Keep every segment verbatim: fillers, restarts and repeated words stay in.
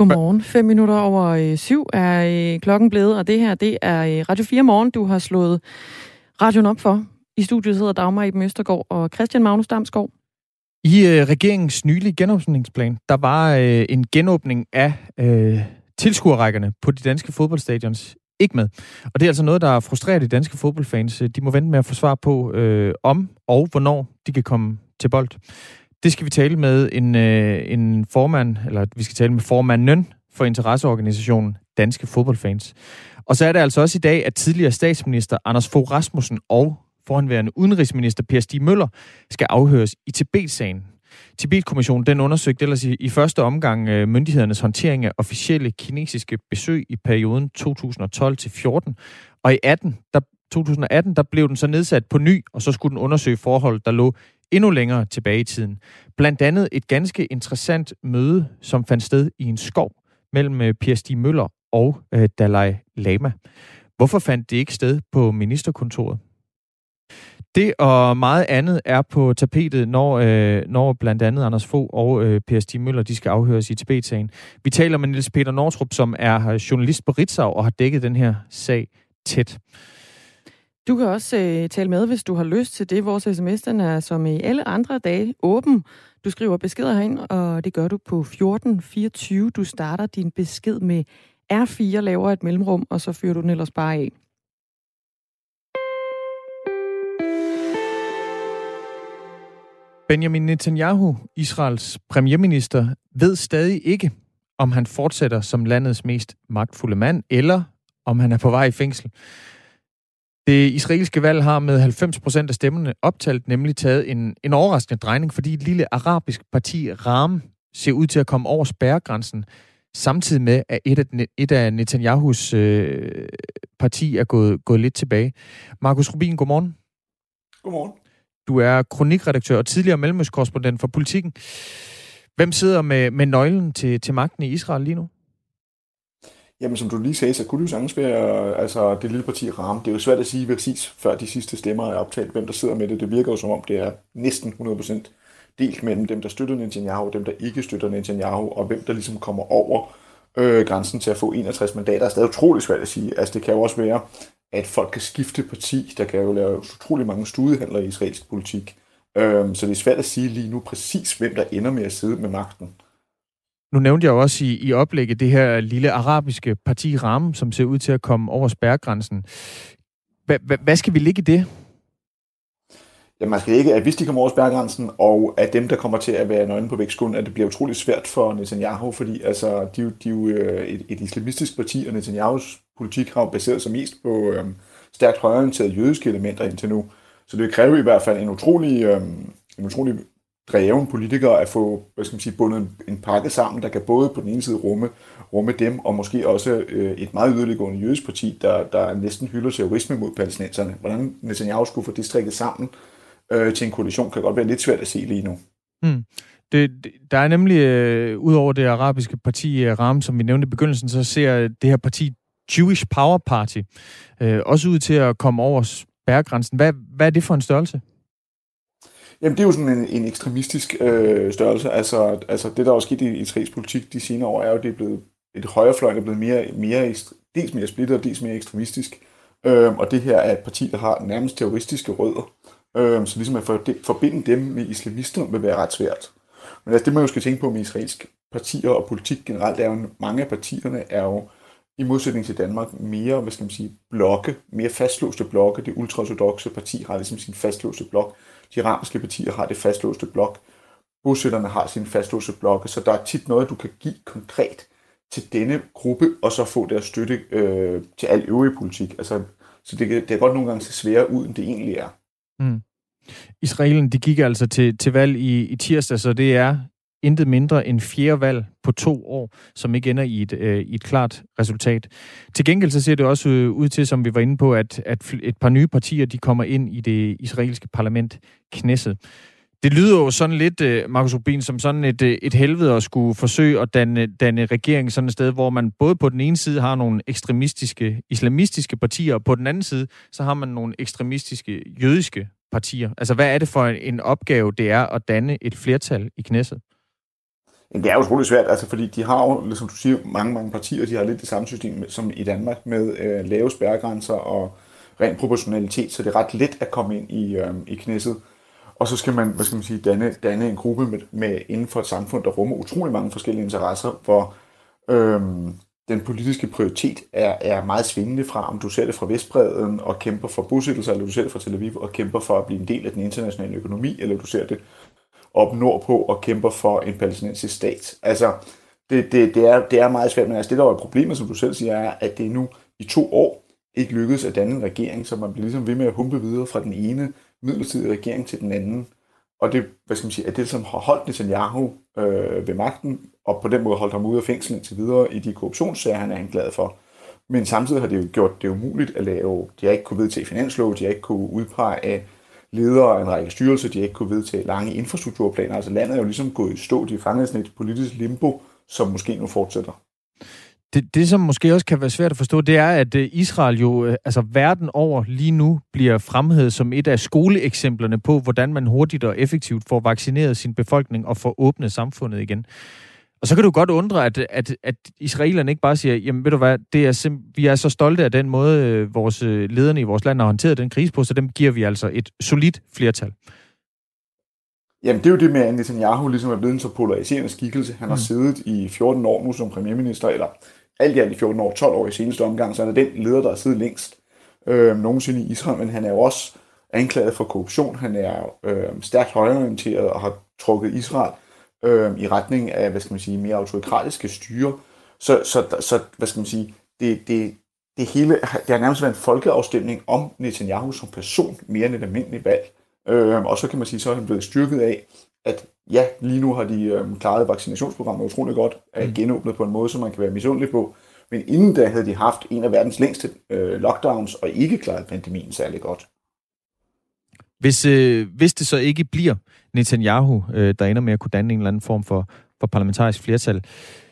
Godmorgen. Fem minutter over øh, syv er øh, klokken blevet, og det her, det er øh, Radio fire Morgen, du har slået radioen op for. I studiet sidder Dagmar Iben Østergaard og Christian Magnus Damsgaard. I øh, regeringens nylige genåbningsplan, der var øh, en genåbning af øh, tilskuerrækkerne på de danske fodboldstadions ikke med. Og det er altså noget, der frustrerer de danske fodboldfans. De må vente med at få svar på, øh, om og hvornår de kan komme til bold. Det skal vi tale med en, øh, en formand, eller vi skal tale med formanden for interesseorganisationen Danske Fodboldfans. Og så er det altså også i dag, at tidligere statsminister Anders Fogh Rasmussen og forhenværende udenrigsminister Per Stig Møller skal afhøres i Tibet-sagen. Tibet-kommissionen den undersøgte ellers i, i første omgang øh, myndighedernes håndtering af officielle kinesiske besøg i perioden to tusind og tolv til fjorten. Og i atten, der, to tusind og atten der blev den så nedsat på ny, og så skulle den undersøge forhold, der lå endnu længere tilbage i tiden. Blandt andet et ganske interessant møde, som fandt sted i en skov mellem øh, Per Stig Møller og øh, Dalai Lama. Hvorfor fandt det ikke sted på ministerkontoret? Det og meget andet er på tapetet, når, øh, når blandt andet Anders Fogh og øh, Per Stig Møller de skal afhøres i Tibet-sagen. Vi taler med Niels Peter Nortrup, som er journalist på Ritzau og har dækket den her sag tæt. Du kan også øh, tale med, hvis du har lyst til det. Vores sms, den er som i alle andre dage åben. Du skriver beskeder herind, og det gør du på fjorten fireogtyve. Du starter din besked med R fire, laver et mellemrum, og så fyrer du den ellers bare af. Benjamin Netanyahu, Israels premierminister, ved stadig ikke, om han fortsætter som landets mest magtfulde mand, eller om han er på vej i fængsel. Det israelske valg har med halvfems procent af stemmerne optalt nemlig taget en, en overraskende drejning, fordi et lille arabisk parti, Ram, ser ud til at komme over spærregrænsen, samtidig med, at et af, et af Netanyahus øh, parti er gået, gået lidt tilbage. Markus Rubin, godmorgen. Godmorgen. Du er kronikredaktør og tidligere mellemøstkorrespondent for Politikken. Hvem sidder med, med nøglen til, til magten i Israel lige nu? Jamen, som du lige sagde, så kunne det jo sagtens være altså, det lille parti Ram. Det er jo svært at sige præcis, før de sidste stemmer er optalt, hvem der sidder med det. Det virker jo som om, det er næsten hundrede procent delt mellem dem, der støtter Netanyahu, og dem, der ikke støtter Netanyahu, og hvem der ligesom kommer over øh, grænsen til at få enogtres mandater. Det er stadig utroligt svært at sige. Altså, det kan jo også være, at folk kan skifte parti. Der kan jo lave utrolig mange studehandler i israelsk politik. Øhm, så det er svært at sige lige nu præcis, hvem der ender med at sidde med magten. Nu nævnte jeg jo også i, i oplægget det her lille arabiske parti Ram, som ser ud til at komme over spærregrænsen. Hvad skal vi ligge i det? Ja, man skal ikke, at hvis de kommer over spærregrænsen, og at dem, der kommer til at være nøglen på vægtskålen, at det bliver utroligt svært for Netanyahu, fordi altså, de, de er jo et, et islamistisk parti, og Netanyahus politik har jo baseret sig mest på øhm, stærkt højreorienterede jødiske elementer indtil nu. Så det kræver i hvert fald en utrolig, øhm, en utrolig dreven politiker at få, hvad skal man sige, bundet en pakke sammen, der kan både på den ene side rumme, rumme dem, og måske også øh, et meget yderliggående jødisk parti, der, der næsten hylder terrorisme mod palæstinenserne. Hvordan Netanyahu skulle få det strikket sammen øh, til en koalition, kan godt være lidt svært at se lige nu. Hmm. Det, det, der er nemlig, øh, ud over det arabiske parti øh, Ram, som vi nævnte i begyndelsen, så ser det her parti Jewish Power Party øh, også ud til at komme over spærregrænsen. Hvad, hvad er det for en størrelse? Jamen, det er jo sådan en, en ekstremistisk øh, størrelse. Altså, altså det, der er sket i israelsk politik de senere år, er jo, det er blevet et højrefløj, der er blevet mere, mere, dels mere splittet og dels mere ekstremistisk. Øh, og det her er et parti, der har nærmest terroristiske rødder. Øh, så ligesom at forbinde dem med islamister vil være ret svært. Men altså, det man jo skal tænke på med israelske partier og politik generelt, er jo, mange af partierne er jo i modsætning til Danmark mere, hvad skal man sige, blokke, mere fastlåste blokke. Det ultraortodokse parti har ligesom sin fastlåste blok. De arabiske partier har det fastlåste blok. Bosætterne har sin fastlåste blokke. Så der er tit noget, du kan give konkret til denne gruppe, og så få deres støtte øh, til al øvrig politik. Altså, så det, det er godt nogle gange se sværere ud, end det egentlig er. Mm. Israelen, de gik altså til, til valg i, i tirsdag, så det er intet mindre end fjerde valg på to år, som ikke ender i et, øh, i et klart resultat. Til gengæld så ser det også øh, ud til, som vi var inde på, at, at et par nye partier, de kommer ind i det israelske parlament, Knesset. Det lyder jo sådan lidt, øh, Markus Rubin, som sådan et, øh, et helvede at skulle forsøge at danne, danne regering sådan et sted, hvor man både på den ene side har nogle ekstremistiske, islamistiske partier, og på den anden side, så har man nogle ekstremistiske, jødiske partier. Altså, hvad er det for en, en opgave, det er at danne et flertal i Knesset? Det er utroligt svært, altså fordi de har jo, ligesom du siger, mange, mange partier, de har lidt det samme system som i Danmark med øh, lave spærregrænser og ren proportionalitet, så det er ret let at komme ind i, øh, i knæsset. Og så skal man, hvad skal man sige, danne, danne en gruppe med, med inden for et samfund, der rummer utrolig mange forskellige interesser, hvor øh, den politiske prioritet er, er meget svingende fra, om du ser det fra Vestbredden og kæmper for bosættelser, eller du ser det fra Tel Aviv og kæmper for at blive en del af den internationale økonomi, eller du ser det op nordpå og kæmper for en palæstinensisk stat. Altså, det, det, det, er, det er meget svært, men altså det, der er problemet, som du selv siger, er, at det nu i to år ikke lykkedes at danne en regering, så man bliver ligesom ved med at humpe videre fra den ene midlertidige regering til den anden. Og det, hvad skal man sige, er det, som har holdt Netanyahu øh, ved magten, og på den måde holdt ham ude af fængslen til videre i de korruptionssager, han er anklaget for. Men samtidig har det jo gjort det umuligt at lave, de har ikke kunne vedtage finanslov, de har ikke kunne udpege af ledere af en række styrelser, de har ikke kunne vedtage lange infrastrukturplaner. Altså landet er jo ligesom gået i stå, de er fanget sådan et politisk limbo, som måske nu fortsætter. Det, det, som måske også kan være svært at forstå, det er, at Israel jo, altså verden over lige nu, bliver fremhævet som et af skoleeksemplerne på, hvordan man hurtigt og effektivt får vaccineret sin befolkning og får åbnet samfundet igen. Og så kan du godt undre, at, at, at israelerne ikke bare siger, jamen ved du hvad, det er sim- vi er så stolte af den måde, vores lederne i vores land har håndteret den krise på, så dem giver vi altså et solidt flertal. Jamen det er jo det med, at Netanyahu ligesom er blevet en så polariserende skikkelse. Han har mm. siddet i fjorten år nu som premierminister, eller alt i alt i fjorten år, tolv år i seneste omgang, så han er den leder, der har siddet længst øh, nogensinde i Israel, men han er jo også anklaget for korruption. Han er øh, stærkt højreorienteret og har trukket Israel øh, i retning af, hvad skal man sige, mere autokratiske styre. Så, så, så hvad skal man sige, det, det, det hele, det har nærmest været en folkeafstemning om Netanyahu som person, mere end et almindeligt valg. Øh, og så kan man sige, så er han blevet styrket af, at ja, lige nu har de øh, klaret vaccinationsprogrammet utroligt godt, er mm. genåbnet på en måde, som man kan være misundelig på. Men inden da havde de haft en af verdens længste øh, lockdowns, og ikke klaret pandemien særlig godt. Hvis, øh, hvis det så ikke bliver Netanyahu, øh, der ender med at kunne danne en eller anden form for, for parlamentarisk flertal,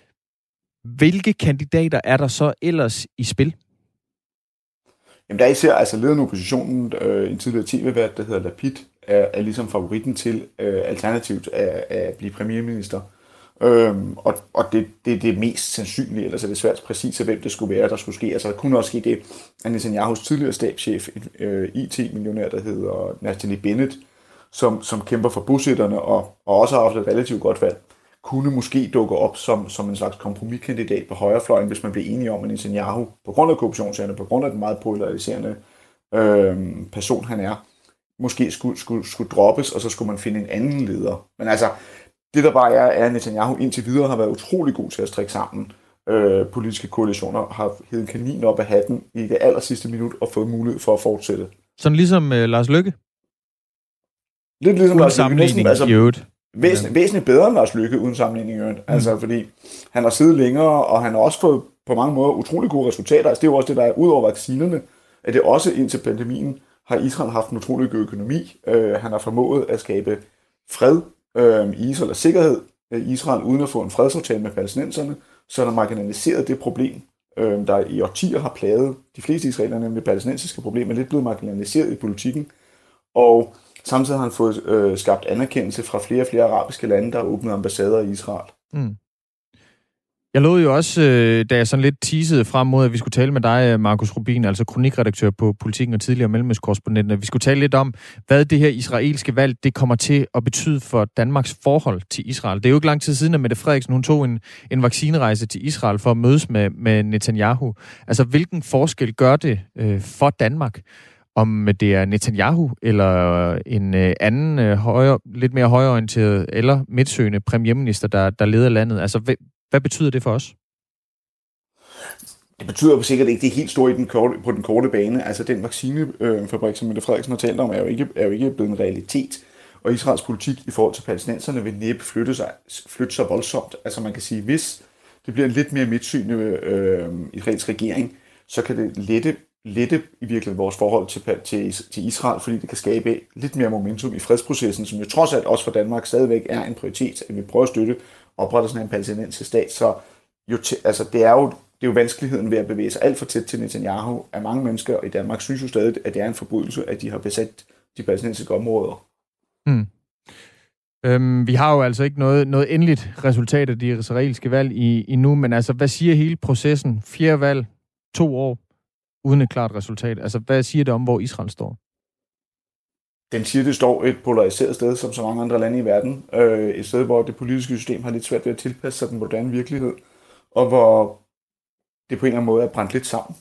hvilke kandidater er der så ellers i spil? Jamen der er især altså lederen af oppositionen, øh, en tidligere tv-vært, der hedder Lapid, er, er ligesom favoritten til øh, alternativt at, at blive premierminister. Øhm, og og det, det er det mest sandsynlige, ellers er det svært præcis, hvem det skulle være, der skulle ske. Altså der kunne også ske det, at Netanyahus tidligere stabschef, en øh, I T-millionær, der hedder Naftali Bennett, som, som kæmper for bosætterne og, og også har haft et relativt godt valg, kunne måske dukke op som, som en slags kompromiskandidat på højrefløjen, hvis man bliver enige om, at Netanyahu, på grund af korruptionssagerne, på grund af den meget polariserende øh, person, han er, måske skulle, skulle, skulle droppes, og så skulle man finde en anden leder. Men altså, det der bare er, er at Netanyahu indtil videre har været utrolig god til at strikke sammen øh, politiske koalitioner, har hævet kanin op af hatten i det aller sidste minut og fået mulighed for at fortsætte. Sådan ligesom øh, Lars Løkke? Lidt ligesom uden Lars Løkke. Sammenligning altså, i øvrigt. Væsentligt, væsentligt bedre end Lars Løkke, uden sammenligning i øvrigt. Mm. Altså, fordi han har siddet længere, og han har også fået på mange måder utrolig gode resultater. Altså, det er jo også det, der er ud over vaccinerne, at det også indtil pandemien har Israel haft en utrolig god økonomi. Øh, han har formået at skabe fred øh, i Israel og sikkerhed i Israel, uden at få en fredsaftale med palæstinenserne, så der marginaliseret det problem, øh, der i årtier har plaget de fleste israelere, nemlig det palæstinensiske problem, er lidt blevet marginaliseret i politikken. Og samtidig har han fået øh, skabt anerkendelse fra flere og flere arabiske lande, der har åbnet ambassader i Israel. Mm. Jeg lovede jo også, øh, da jeg sådan lidt teasede frem mod, at vi skulle tale med dig, Markus Rubin, altså kronikredaktør på Politikken og tidligere mellemøstkorrespondent, at vi skulle tale lidt om, hvad det her israelske valg, det kommer til at betyde for Danmarks forhold til Israel. Det er jo ikke lang tid siden, at Mette Frederiksen, hun tog en, en vaccinerejse til Israel for at mødes med, med Netanyahu. Altså, hvilken forskel gør det øh, for Danmark, om det er Netanyahu eller en øh, anden øh, højre, lidt mere højreorienteret eller midtsøgende premierminister, der, der leder landet? Altså, hvad, hvad betyder det for os? Det betyder jo sikkert ikke det helt store i den korte, på den korte bane. Altså, den vaccinefabrik, som Mette Frederiksen har talt om, er jo ikke, er jo ikke blevet en realitet. Og Israels politik i forhold til palæstinenserne vil næppe flytte sig, flytte sig voldsomt. Altså, man kan sige, hvis det bliver en lidt mere midtsøgende øh, israelsk regering, så kan det lette lette i virkeligheden vores forhold til, til, til Israel, fordi det kan skabe lidt mere momentum i fredsprocessen, som jo trods alt også for Danmark stadigvæk er en prioritet, at vi prøver at støtte oprettelsen af en palæstinensisk stat. Så jo t- altså, det, er jo, det er jo vanskeligheden ved at bevæge sig alt for tæt til Netanyahu, at mange mennesker i Danmark synes jo stadig, at det er en forbrydelse, at de har besat de palæstinensiske områder. Mm. Øhm, vi har jo altså ikke noget, noget endeligt resultat af de israelske valg i, endnu, men altså, hvad siger hele processen? Fjerde valg, to år, uden et klart resultat. Altså, hvad siger det om, hvor Israel står? Den siger, det står et polariseret sted, som så mange andre lande i verden. Øh, et sted, hvor det politiske system har lidt svært ved at tilpasse sig den moderne virkelighed, og hvor det på en eller anden måde er brændt lidt sammen.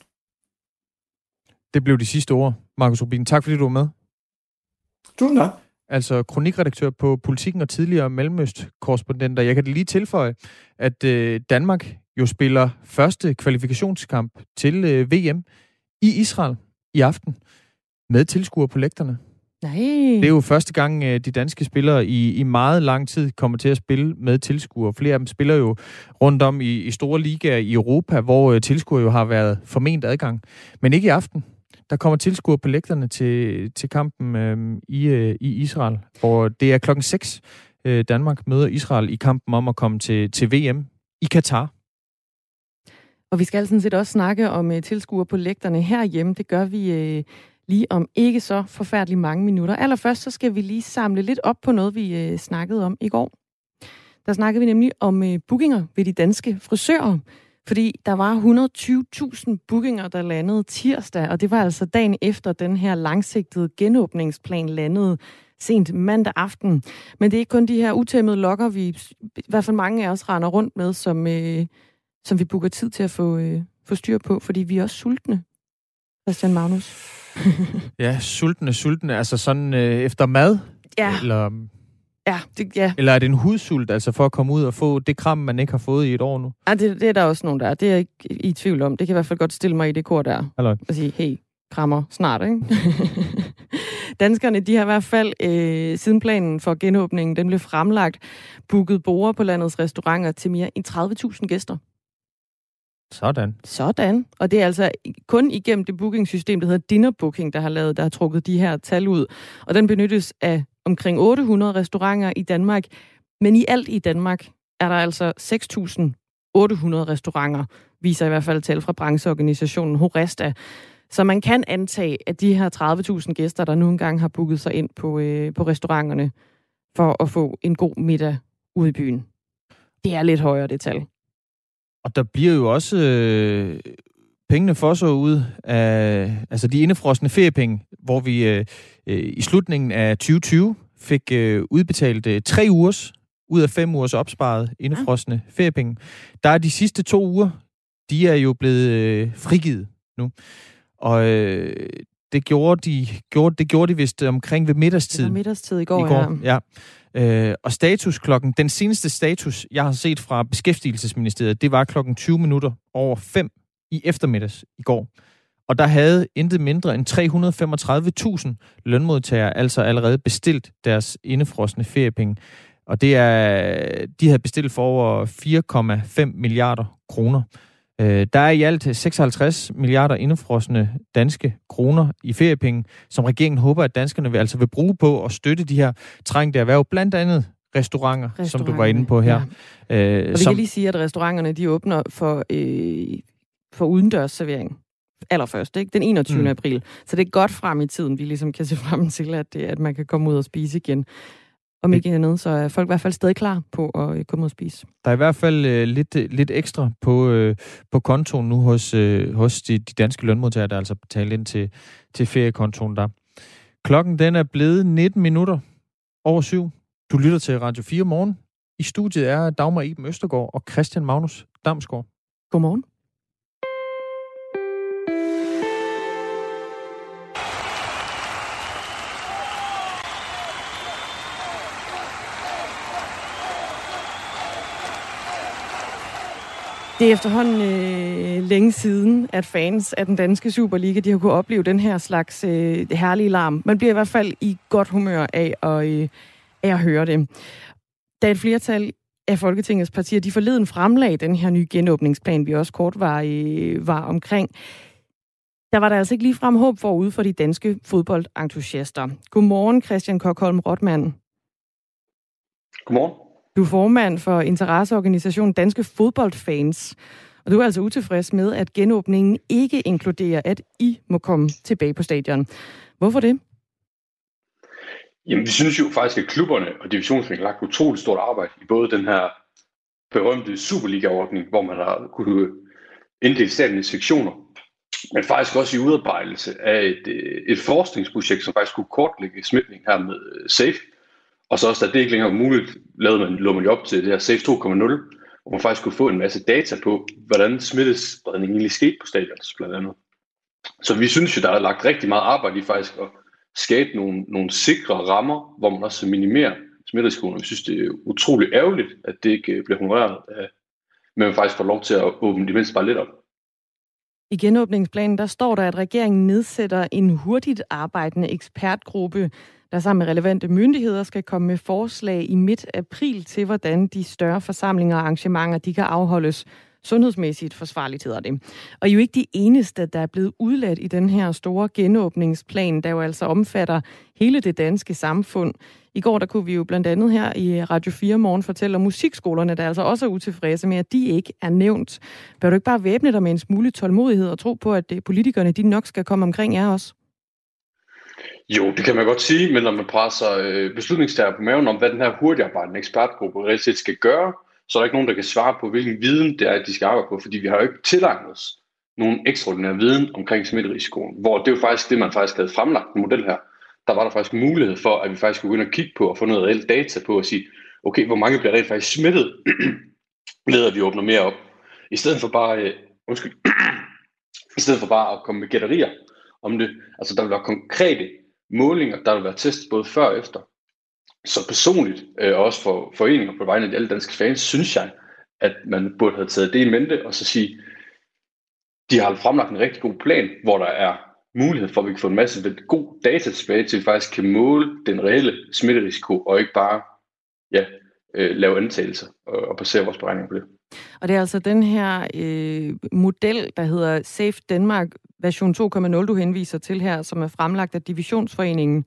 Det blev de sidste ord, Markus Rubin. Tak fordi du var med. Tusind tak. Altså kronikredaktør på Politikken og tidligere Mellemøst-korrespondenter. Jeg kan lige tilføje, at øh, Danmark jo spiller første kvalifikationskamp til øh, V M i Israel i aften med tilskuere på lægterne. Nej. Det er jo første gang, øh, de danske spillere i, i meget lang tid kommer til at spille med tilskuere. Flere af dem spiller jo rundt om i, i store ligaer i Europa, hvor øh, tilskuere jo har været forment adgang. Men ikke i aften. Der kommer tilskuere på lægterne til, til kampen øh, i, øh, i Israel, hvor det er klokken seks. Øh, Danmark møder Israel i kampen om at komme til, til V M i Katar. Og vi skal sådan set også snakke om uh, tilskuere på lægterne herhjemme. Det gør vi uh, lige om ikke så forfærdeligt mange minutter. Allerførst så skal vi lige samle lidt op på noget, vi uh, snakkede om i går. Der snakkede vi nemlig om uh, bookinger ved de danske frisører. Fordi der var et hundrede og tyve tusind bookinger, der landede tirsdag, og det var altså dagen efter den her langsigtede genåbningsplan landede sent mandag aften. Men det er ikke kun de her utæmmede lokker, vi i hvert fald mange af os render rundt med, som, øh, som vi booker tid til at få, øh, få styr på, fordi vi er også sultne. Christian Magnus. Ja, sultne, sultne, altså sådan øh, efter mad? Ja. Eller... Ja, det, ja. Eller er det en hudsult, altså for at komme ud og få det kram, man ikke har fået i et år nu? Ja, det, det er der også nogen, der er. Det er jeg ikke i tvivl om. Det kan i hvert fald godt stille mig i det kor der. Halløj. Og sige, hey, krammer snart, ikke? Danskerne, de har i hvert fald, øh, siden planen for genåbningen, den blev fremlagt, booket borde på landets restauranter til mere end tredive tusind gæster. Sådan. Sådan. Og det er altså kun igennem det bookingsystem, der hedder Dinner Booking, der har lavet, der har trukket de her tal ud. Og den benyttes af omkring otte hundrede restauranter i Danmark. Men i alt i Danmark er der altså seks tusind otte hundrede restauranter, viser i hvert fald tal fra brancheorganisationen Horesta. Så man kan antage, at de her tredive tusind gæster, der nu engang har booket sig ind på, øh, på restauranterne for at få en god middag ude i byen. Det er lidt højere, det tal. Og der bliver jo også øh, pengene for så ud af altså de indefrosne feriepenge, hvor vi øh, i slutningen af tyve tyve fik øh, udbetalt øh, tre ugers ud af fem ugers opsparet indefrosne ja. feriepenge. Der er de sidste to uger, de er jo blevet øh, frigivet nu. Og øh, det gjorde de, gjorde, det gjorde de vist omkring ved middagstid. Det var middagstid i går, I går ja. ja. Øh, og statusklokken, den seneste status, jeg har set fra Beskæftigelsesministeriet, det var klokken tyve minutter over fem i eftermiddags i går. Og der havde intet mindre end tre hundrede og femogtredive tusind lønmodtagere altså allerede bestilt deres indefrosne feriepenge. Og det er, de havde bestilt for over fire komma fem milliarder kroner. Der er i alt seksoghalvtreds milliarder indefrosne danske kroner i feriepenge, som regeringen håber, at danskerne vil, altså vil bruge på at støtte de her trængte erhverv, blandt andet restauranter, restauranter som du var inde på her. Ja. Øh, og vi som... kan lige sige, at restauranterne de åbner for, øh, for udendørsservering allerførst, ikke? Den enogtyvende Mm. april. Så det er godt frem i tiden, vi ligesom kan se frem til, at, at man kan komme ud og spise igen. Om ikke andet, så er folk i hvert fald stadig klar på at komme ud og spise. Der er i hvert fald øh, lidt, lidt ekstra på, øh, på kontoen nu hos, øh, hos de, de danske lønmodtagere, der altså betalt ind til, til feriekontoen der. Klokken den er blevet nitten minutter over syv. Du lytter til Radio fire morgen. I studiet er Dagmar Iben Østergaard og Christian Magnus Damsgaard. Godmorgen. Det er efterhånden øh, længe siden, at fans af den danske Superliga, de har kunnet opleve den her slags øh, herlige larm. Man bliver i hvert fald i godt humør af at, øh, af at høre det. Da et flertal af Folketingets partier, de forleden fremlagde den her nye genåbningsplan, vi også kort var, øh, var omkring, der var der altså ikke ligefrem håb forude for de danske fodboldentusiaster. Godmorgen, Christian Kokholm Rottmann. Godmorgen. Du er formand for interesseorganisationen Danske Fodboldfans, og du er altså utilfreds med, at genåbningen ikke inkluderer, at I må komme tilbage på stadion. Hvorfor det? Jamen, vi synes jo faktisk, at klubberne og divisionsforeningen har lagt utroligt stort arbejde i både den her berømte Superliga-ordning, hvor man har kunnet inddele staten i sektioner, men faktisk også i udarbejdelse af et, et forskningsprojekt, som faktisk kunne kortlægge smitning her med SAFE. Og så også, da det ikke længere var muligt, lavede man, lå man jo op til det her SAFE to punkt nul, hvor man faktisk kunne få en masse data på, hvordan smittespredningen egentlig skete på stadions blandt andet. Så vi synes jo, der er lagt rigtig meget arbejde i faktisk at skabe nogle, nogle sikre rammer, hvor man også minimerer smitterisikoen. Vi synes, det er utroligt ærgerligt, at det ikke bliver honoreret, men man faktisk får lov til at åbne det mindst bare lidt op. I genåbningsplanen der står der, at regeringen nedsætter en hurtigt arbejdende ekspertgruppe, der sammen med relevante myndigheder skal komme med forslag i midt april til, hvordan de større forsamlinger og arrangementer de kan afholdes sundhedsmæssigt forsvarligt, hedder det. Og I er jo ikke de eneste, der er blevet udladt i den her store genåbningsplan, der jo altså omfatter hele det danske samfund. I går der kunne vi jo blandt andet her i Radio fire Morgen fortælle om musikskolerne, der altså også er utilfredse med, at de ikke er nævnt. Bør du ikke bare væbne dig med en smule tålmodighed og tro på, at politikerne de nok skal komme omkring jer også? Jo, det kan man godt sige, men når man presser beslutningstager på maven om, hvad den her hurtigarbejdende ekspertgruppe reelt set skal gøre, så er der ikke nogen, der kan svare på, hvilken viden det er, at de skal arbejde på, fordi vi har jo ikke tilegnet os nogen ekstraordinær viden omkring smitterisikoen, hvor det er jo faktisk det, man faktisk havde fremlagt en model her. Der var der faktisk mulighed for, at vi faktisk kunne gå ind og kigge på og få noget reelt data på og sige, okay, hvor mange bliver rent faktisk smittet, ved at vi åbner mere op. I stedet for bare, øh, undskyld, i stedet for bare at komme med gætterier om det. Altså der vil være konkrete målinger, der vil være testet både før og efter. Så personligt, øh, og også for foreninger på vegne af de alle danske fans, synes jeg, at man burde have taget det i mente, og så sige, de har fremlagt en rigtig god plan, hvor der er mulighed for, at vi kan få en masse god data tilbage, til at vi faktisk kan måle den reelle smitterisiko, og ikke bare ja, øh, lave antagelser og, og basere vores beregninger på det. Og det er altså den her øh, model, der hedder Safe Denmark version to punkt nul, du henviser til her, som er fremlagt af Divisionsforeningen.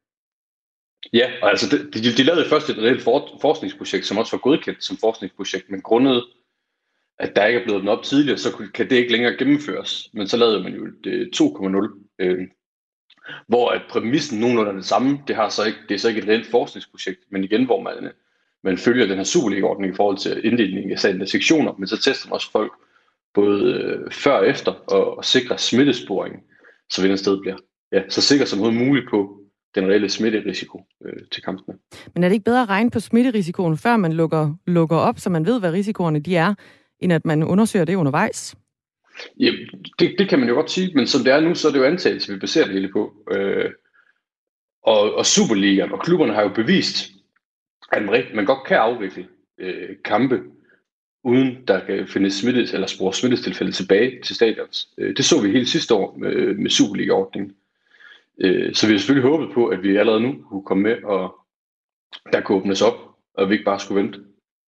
Ja, og altså de, de, de lavede først et reelt for, forskningsprojekt, som også var godkendt som forskningsprojekt, men grundet, at der ikke er blevet åbnet op tidligere, så kan det ikke længere gennemføres. Men så lavede man jo det to punkt nul, øh, hvor at præmissen nogenlunde er det samme. Det, har så ikke, det er så ikke et reelt forskningsprojekt, men igen, hvor man, man følger den her Superliga-ordning i forhold til inddelingen af sandende sektioner, men så tester man også folk både øh, før og efter, og, og sikrer smittesporing, så vi den sted bliver ja, så sikkert som overhovedet muligt på den reelle smitterisiko øh, til kampene. Men er det ikke bedre at regne på smitterisikoen, før man lukker, lukker op, så man ved, hvad risikoerne de er, end at man undersøger det undervejs? Ja, det, det kan man jo godt sige, men som det er nu, så er det jo antagelse, vi baserer det hele på. Øh, og, og Superligaen og klubberne har jo bevist, at man, man godt kan afvikle øh, kampe, uden der kan findes smittet, eller spore smittestilfælde tilbage til stadions. Øh, det så vi hele sidste år med, med Superliga-ordningen. Øh, så vi har selvfølgelig håbet på, at vi allerede nu kunne komme med, og der kunne åbnes op, og vi ikke bare skulle vente.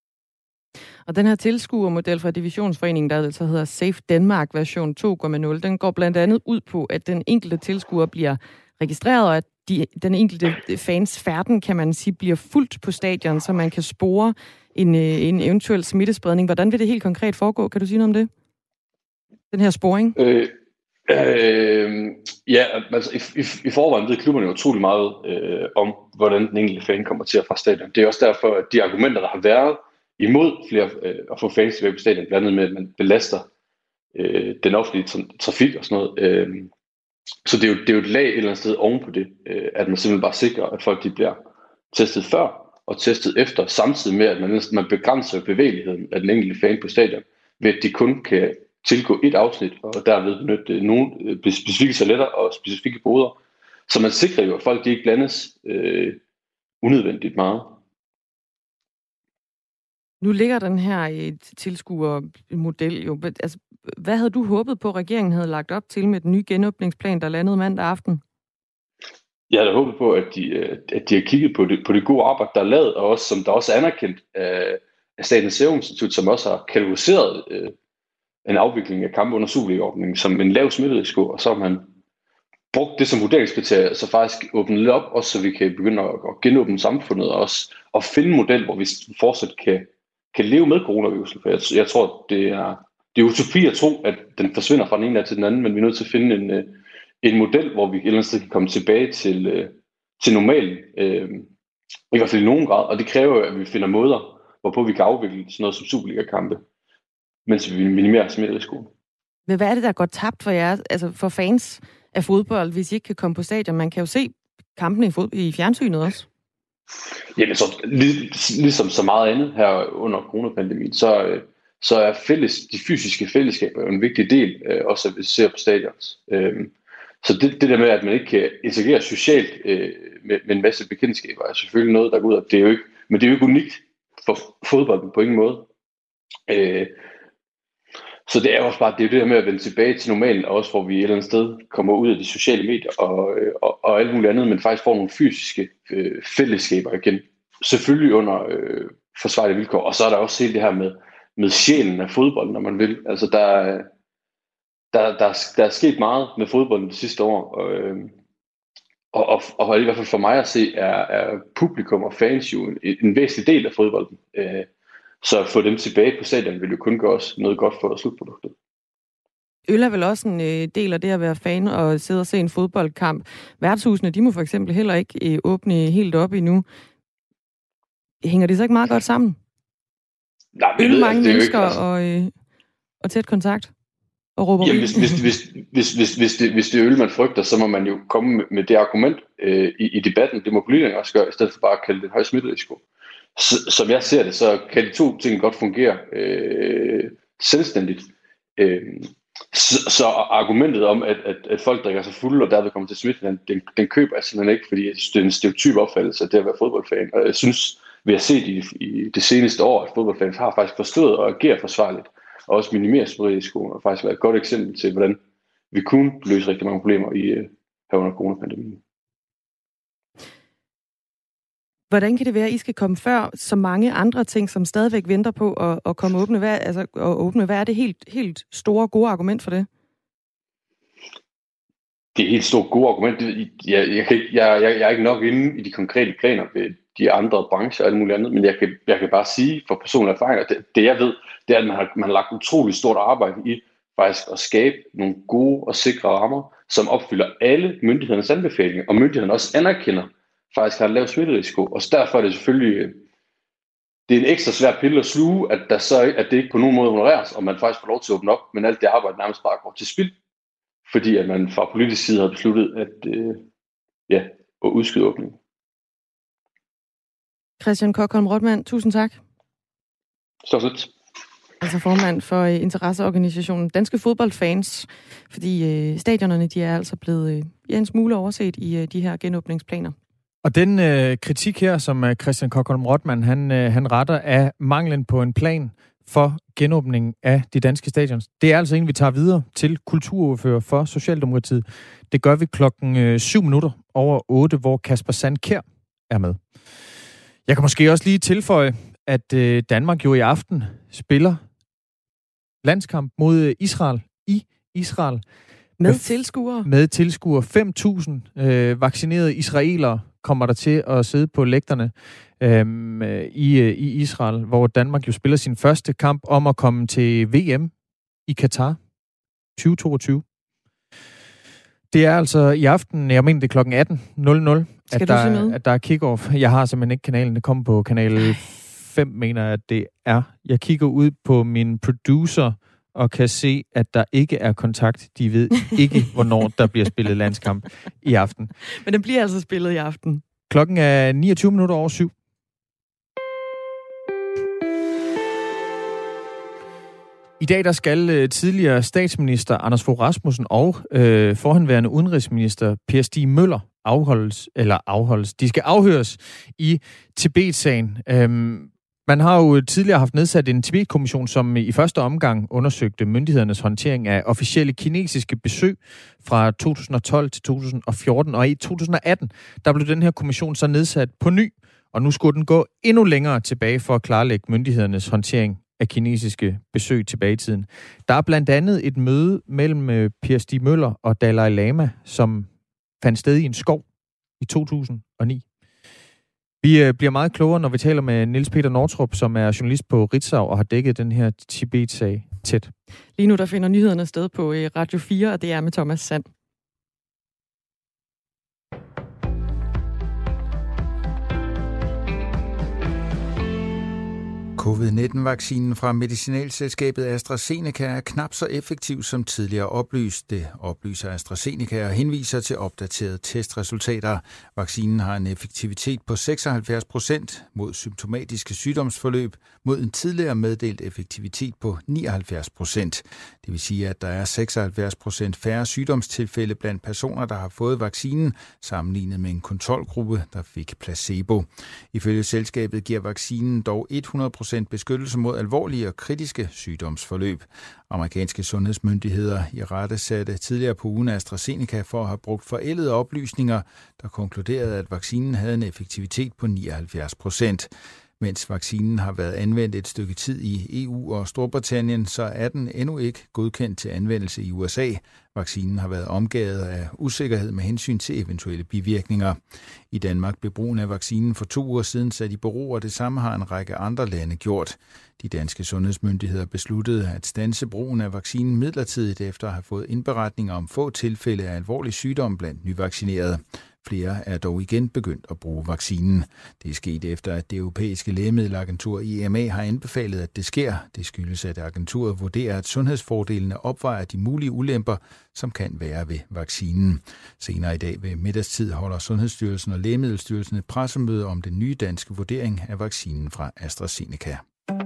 Og den her tilskuermodel fra Divisionsforeningen, der altså hedder Safe Denmark version to punkt nul, den går blandt andet ud på, at den enkelte tilskuer bliver registreret, og at de, den enkelte fans færden, kan man sige, bliver fuldt på stadion, så man kan spore en, en eventuel smittespredning. Hvordan vil det helt konkret foregå? Kan du sige noget om det? Den her sporing? Øh, øh, ja, altså i, i, i forvejen ved klubberne utrolig meget øh, om, hvordan den enkelte fan kommer til at fra stadion. Det er også derfor, at de argumenter, der har været imod flere øh, at få fans tilbage på stadion, blandt andet med, at man belaster øh, den offentlige tra- trafik og sådan noget. Øh, så det er, jo, det er jo et lag et eller andet sted oven på det, øh, at man simpelthen bare sikrer, at folk de bliver testet før og testet efter, samtidig med, at man, man begrænser bevægeligheden af den enkelte fan på stadion, ved at de kun kan tilgå et afsnit, og derved benytte nogle specifikke toiletter og specifikke boder. Så man sikrer jo, at folk de ikke blandes øh, unødvendigt meget. Nu ligger den her tilskuermodel jo. Altså, hvad havde du håbet på, at regeringen havde lagt op til med den nye genåbningsplan, der landede mandag aften? Jeg havde håbet på, at de, at de har kigget på det, på det gode arbejde, der er lavet, og også, som der også er anerkendt af, af Statens Serum Institut, som også har kategoriseret øh, en afvikling af kampe under Superliga-ordningen som en lav smitterisiko, og så har man brugt det som vurderingskriterie, så faktisk åbne lidt op, også så vi kan begynde at, at genåbne samfundet, og også at finde en model, hvor vi fortsat kan, kan leve med coronavirusen. For jeg, jeg tror, det er, det er utopi at tro, at den forsvinder fra den ene dag til den anden, men vi er nødt til at finde en, en model, hvor vi et eller andet sted kan komme tilbage til, til normalen, øh, i hvert fald i nogen grad, og det kræver at vi finder måder, hvorpå vi kan afvikle sådan noget som Superliga-kampe, mens vi minimerer smitterisikoen. Men hvad er det, der går tabt for jer, altså for fans af fodbold, hvis I ikke kan komme på stadion? Man kan jo se kampene i, fod- i fjernsynet også. Jamen, så lig, ligesom så meget andet her under coronapandemien, så, så er fælles, de fysiske fællesskaber jo en vigtig del, øh, også at vi ser på stadions. Øh, så det, det der med, at man ikke kan integrere socialt øh, med, med en masse bekendtskaber, er selvfølgelig noget, der går ud af. Det er jo ikke, men det er jo ikke unikt for fodbolden på ingen måde. Øh, så det er også bare det, er det der med at vende tilbage til normalen, og også hvor vi et eller andet sted kommer ud af de sociale medier og, og, og alt muligt andet, men faktisk får nogle fysiske øh, fællesskaber igen. Selvfølgelig under øh, forsvarlige vilkår. Og så er der også hele det her med, med sjælen af fodbold, når man vil. Altså der, der, der, der er sket meget med fodbolden de sidste år, og, øh, og, og, og i hvert fald for mig at se, er, er publikum og fans jo en, en væsentlig del af fodbolden. Øh, Så at få dem tilbage på stadion vil jo kun gøre os noget godt for slutproduktet. Øl er vel også en øh, del af det at være fan og sidde og se en fodboldkamp. Værtshusene, de må for eksempel heller ikke øh, åbne helt op endnu. Hænger det så ikke meget godt sammen? Nej, øl, ved, mange altså, mennesker ikke, altså... og, øh, og tæt kontakt og råber. Jamen, hvis, hvis, hvis, hvis, hvis, hvis, det, hvis det er øl, man frygter, så må man jo komme med, med det argument øh, i, i debatten. Det må politikerne også gøre, i stedet for bare at kalde det en høj smitterisiko. Så, som jeg ser det, så kan de to ting godt fungere øh, selvstændigt. Øh, så, så argumentet om, at, at, at folk drikker sig fulde, og derved kommer til smitte, den, den, den køber jeg simpelthen ikke, fordi jeg synes, det er en stereotyp opfattelse af det at være fodboldfan. Og jeg synes, vi har set i, i det seneste år, at fodboldfans har faktisk forstået at agere forsvarligt, og også minimere smitterisikoen, og faktisk være et godt eksempel til, hvordan vi kunne løse rigtig mange problemer i her under coronapandemien. Hvordan kan det være, at I skal komme før så mange andre ting, som stadigvæk venter på at, at komme åbne? Hvad, altså, at åbne? Hvad er det helt, helt store, gode argument for det? Det er helt store, gode argument. Jeg, jeg, jeg, jeg, jeg er ikke nok inde i de konkrete planer ved de andre brancher og alt muligt andet, men jeg kan, jeg kan bare sige for personlige erfaringer, det, det jeg ved, det er, at man har, man har lagt utroligt stort arbejde i faktisk at skabe nogle gode og sikre rammer, som opfylder alle myndighedernes anbefalinger, og myndighederne også anerkender, faktisk har en lav smitterisiko, og derfor er det selvfølgelig det er en ekstra svær pille at sluge, at, der så, at det ikke på nogen måde honoreres, og man faktisk får lov til at åbne op, men alt det arbejde nærmest bare går til spild, fordi at man fra politisk side har besluttet at, øh, ja, at udskyde åbningen. Christian Kokholm Rothmann, tusind tak. Så lidt. Altså formand for uh, interesseorganisationen Danske Fodboldfans, fordi uh, stadionerne de er altså blevet uh, ja, en smule overset i uh, de her genåbningsplaner. Og den øh, kritik her, som øh, Christian Kokholm Rothmann, han, øh, han retter af manglen på en plan for genåbningen af de danske stadions. Det er altså en, vi tager videre til kulturordfører for Socialdemokratiet. Det gør vi klokken øh, syv minutter over otte, hvor Kasper Sandkjær er med. Jeg kan måske også lige tilføje, at øh, Danmark jo i aften spiller landskamp mod Israel i Israel. Med tilskuere? Med tilskuere. fem tusind øh, vaccinerede israelere kommer der til at sidde på lægterne øhm, i, i Israel, hvor Danmark jo spiller sin første kamp om at komme til V M i Katar tyve toogtyve. Det er altså i aften, jeg mener det er klokken atten nul nul, at der, at der er kick-off. Jeg har simpelthen ikke kanalen, det kommer på kanal fem, mener jeg, at det er. Jeg kigger ud på min producer og kan se, at der ikke er kontakt. De ved ikke, hvornår der bliver spillet landskamp i aften. Men den bliver altså spillet i aften. Klokken er niogtyve minutter over syv. I dag der skal tidligere statsminister Anders Fogh Rasmussen og øh, forhenværende udenrigsminister Per Stig Møller afholdes, eller afholdes. De skal afhøres i Tibet-sagen. Øhm, Man har jo tidligere haft nedsat en Tibet-kommission, som i første omgang undersøgte myndighedernes håndtering af officielle kinesiske besøg fra to tusind og tolv til to tusind og fjorten. Og i to tusind og atten, der blev den her kommission så nedsat på ny, og nu skulle den gå endnu længere tilbage for at klarlægge myndighedernes håndtering af kinesiske besøg tilbage i tiden. Der er blandt andet et møde mellem Per Stig Møller og Dalai Lama, som fandt sted i en skov i to tusind og ni. Vi bliver meget klogere, når vi taler med Niels Peter Nortrup, som er journalist på Ritzau og har dækket den her Tibet-sag tæt. Lige nu der finder nyhederne sted på Radio fire, og det er med Thomas Sand. covid nitten-vaccinen fra medicinalselskabet AstraZeneca er knap så effektiv som tidligere oplyst. Det oplyser AstraZeneca og henviser til opdaterede testresultater. Vaccinen har en effektivitet på seksoghalvfjerds procent mod symptomatiske sygdomsforløb, mod en tidligere meddelt effektivitet på nioghalvfjerds procent. Det vil sige, at der er seksoghalvfjerds procent færre sygdomstilfælde blandt personer, der har fået vaccinen, sammenlignet med en kontrolgruppe, der fik placebo. Ifølge selskabet giver vaccinen dog hundrede procent beskyttelse mod alvorlige og kritiske sygdomsforløb. Amerikanske sundhedsmyndigheder irettesatte tidligere på ugen AstraZeneca for at have brugt forældede oplysninger, der konkluderede, at vaccinen havde en effektivitet på nioghalvfjerds procent. Mens vaccinen har været anvendt et stykke tid i E U og Storbritannien, så er den endnu ikke godkendt til anvendelse i U S A. Vaccinen har været omgået af usikkerhed med hensyn til eventuelle bivirkninger. I Danmark blev brugen af vaccinen for to uger siden sat i bero, og det samme har en række andre lande gjort. De danske sundhedsmyndigheder besluttede at standse brugen af vaccinen midlertidigt efter at have fået indberetninger om få tilfælde af alvorlig sygdom blandt nyvaccinerede. Flere er dog igen begyndt at bruge vaccinen. Det er sket efter, at det europæiske lægemiddelagentur E M A har anbefalet, at det sker. Det skyldes, at agenturet vurderer, at sundhedsfordelene opvejer de mulige ulemper, som kan være ved vaccinen. Senere i dag ved middagstid holder Sundhedsstyrelsen og Lægemiddelstyrelsen et pressemøde om den nye danske vurdering af vaccinen fra AstraZeneca.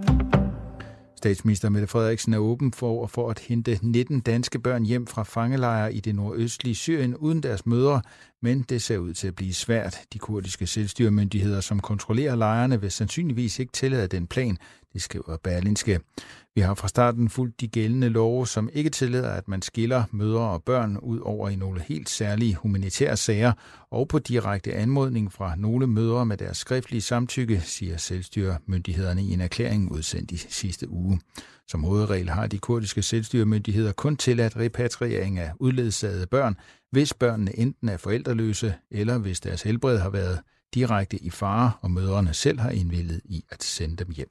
Statsminister Mette Frederiksen er åben for, for at hente nitten danske børn hjem fra fangelejre i det nordøstlige Syrien uden deres mødre, men det ser ud til at blive svært. De kurdiske selvstyremyndigheder, som kontrollerer lejrene, vil sandsynligvis ikke tillade den plan, det skriver Berlingske. Vi har fra starten fulgt de gældende love, som ikke tillader, at man skiller mødre og børn ud over i nogle helt særlige humanitære sager, og på direkte anmodning fra nogle mødre med deres skriftlige samtykke, siger selvstyremyndighederne i en erklæring udsendt i sidste uge. Som hovedregel har de kurdiske selvstyremyndigheder kun tilladt repatriering af udledsagede børn, hvis børnene enten er forældreløse, eller hvis deres helbred har været direkte i fare, og mødrene selv har indvilliget i at sende dem hjem.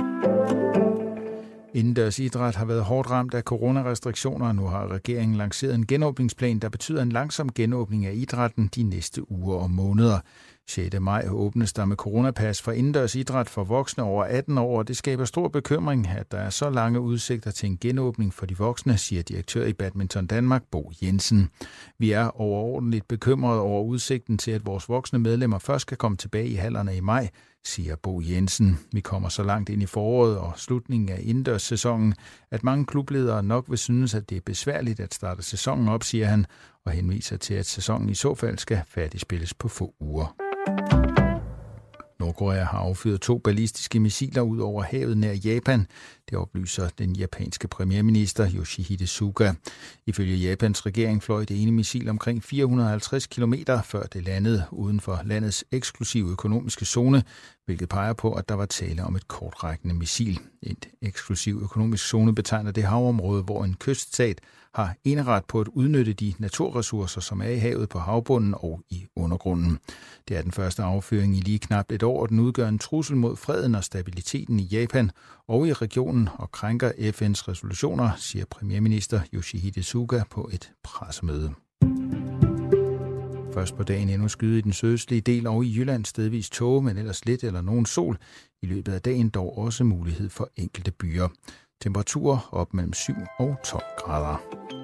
Indendørs idræt har været hårdt ramt af coronarestriktioner. Nu har regeringen lanceret en genåbningsplan, der betyder en langsom genåbning af idrætten de næste uger og måneder. sjette maj åbnes der med coronapas for indendørs idræt for voksne over atten år, og det skaber stor bekymring, at der er så lange udsigter til en genåbning for de voksne, siger direktør i Badminton Danmark, Bo Jensen. Vi er overordentligt bekymrede over udsigten til, at vores voksne medlemmer først skal komme tilbage i hallerne i maj, siger Bo Jensen. Vi kommer så langt ind i foråret og slutningen af indendørssæsonen, at mange klubledere nok vil synes, at det er besværligt at starte sæsonen op, siger han, og henviser til, at sæsonen i så fald skal færdigspilles på få uger. Nordkorea har affyret to ballistiske missiler ud over havet nær Japan. Det oplyser den japanske premierminister Yoshihide Suga. Ifølge Japans regering fløj det ene missil omkring fire hundrede og halvtreds kilometer før det landede uden for landets eksklusive økonomiske zone, hvilket peger på, at der var tale om et kortrækkende missil. Et eksklusiv økonomisk zone betegner det havområde, hvor en kyststat har eneret på at udnytte de naturressourcer, som er i havet på havbunden og i undergrunden. Det er den første affyring i lige knap et år, og den udgør en trussel mod freden og stabiliteten i Japan og i regionen og krænker F N's resolutioner, siger premierminister Yoshihide Suga på et pressemøde. Først på dagen endnu skyde i den sydøstlige del og i Jylland stedvis tåge, men ellers lidt eller nogen sol. I løbet af dagen dog også mulighed for enkelte byer. Temperaturer op mellem syv og tolv grader.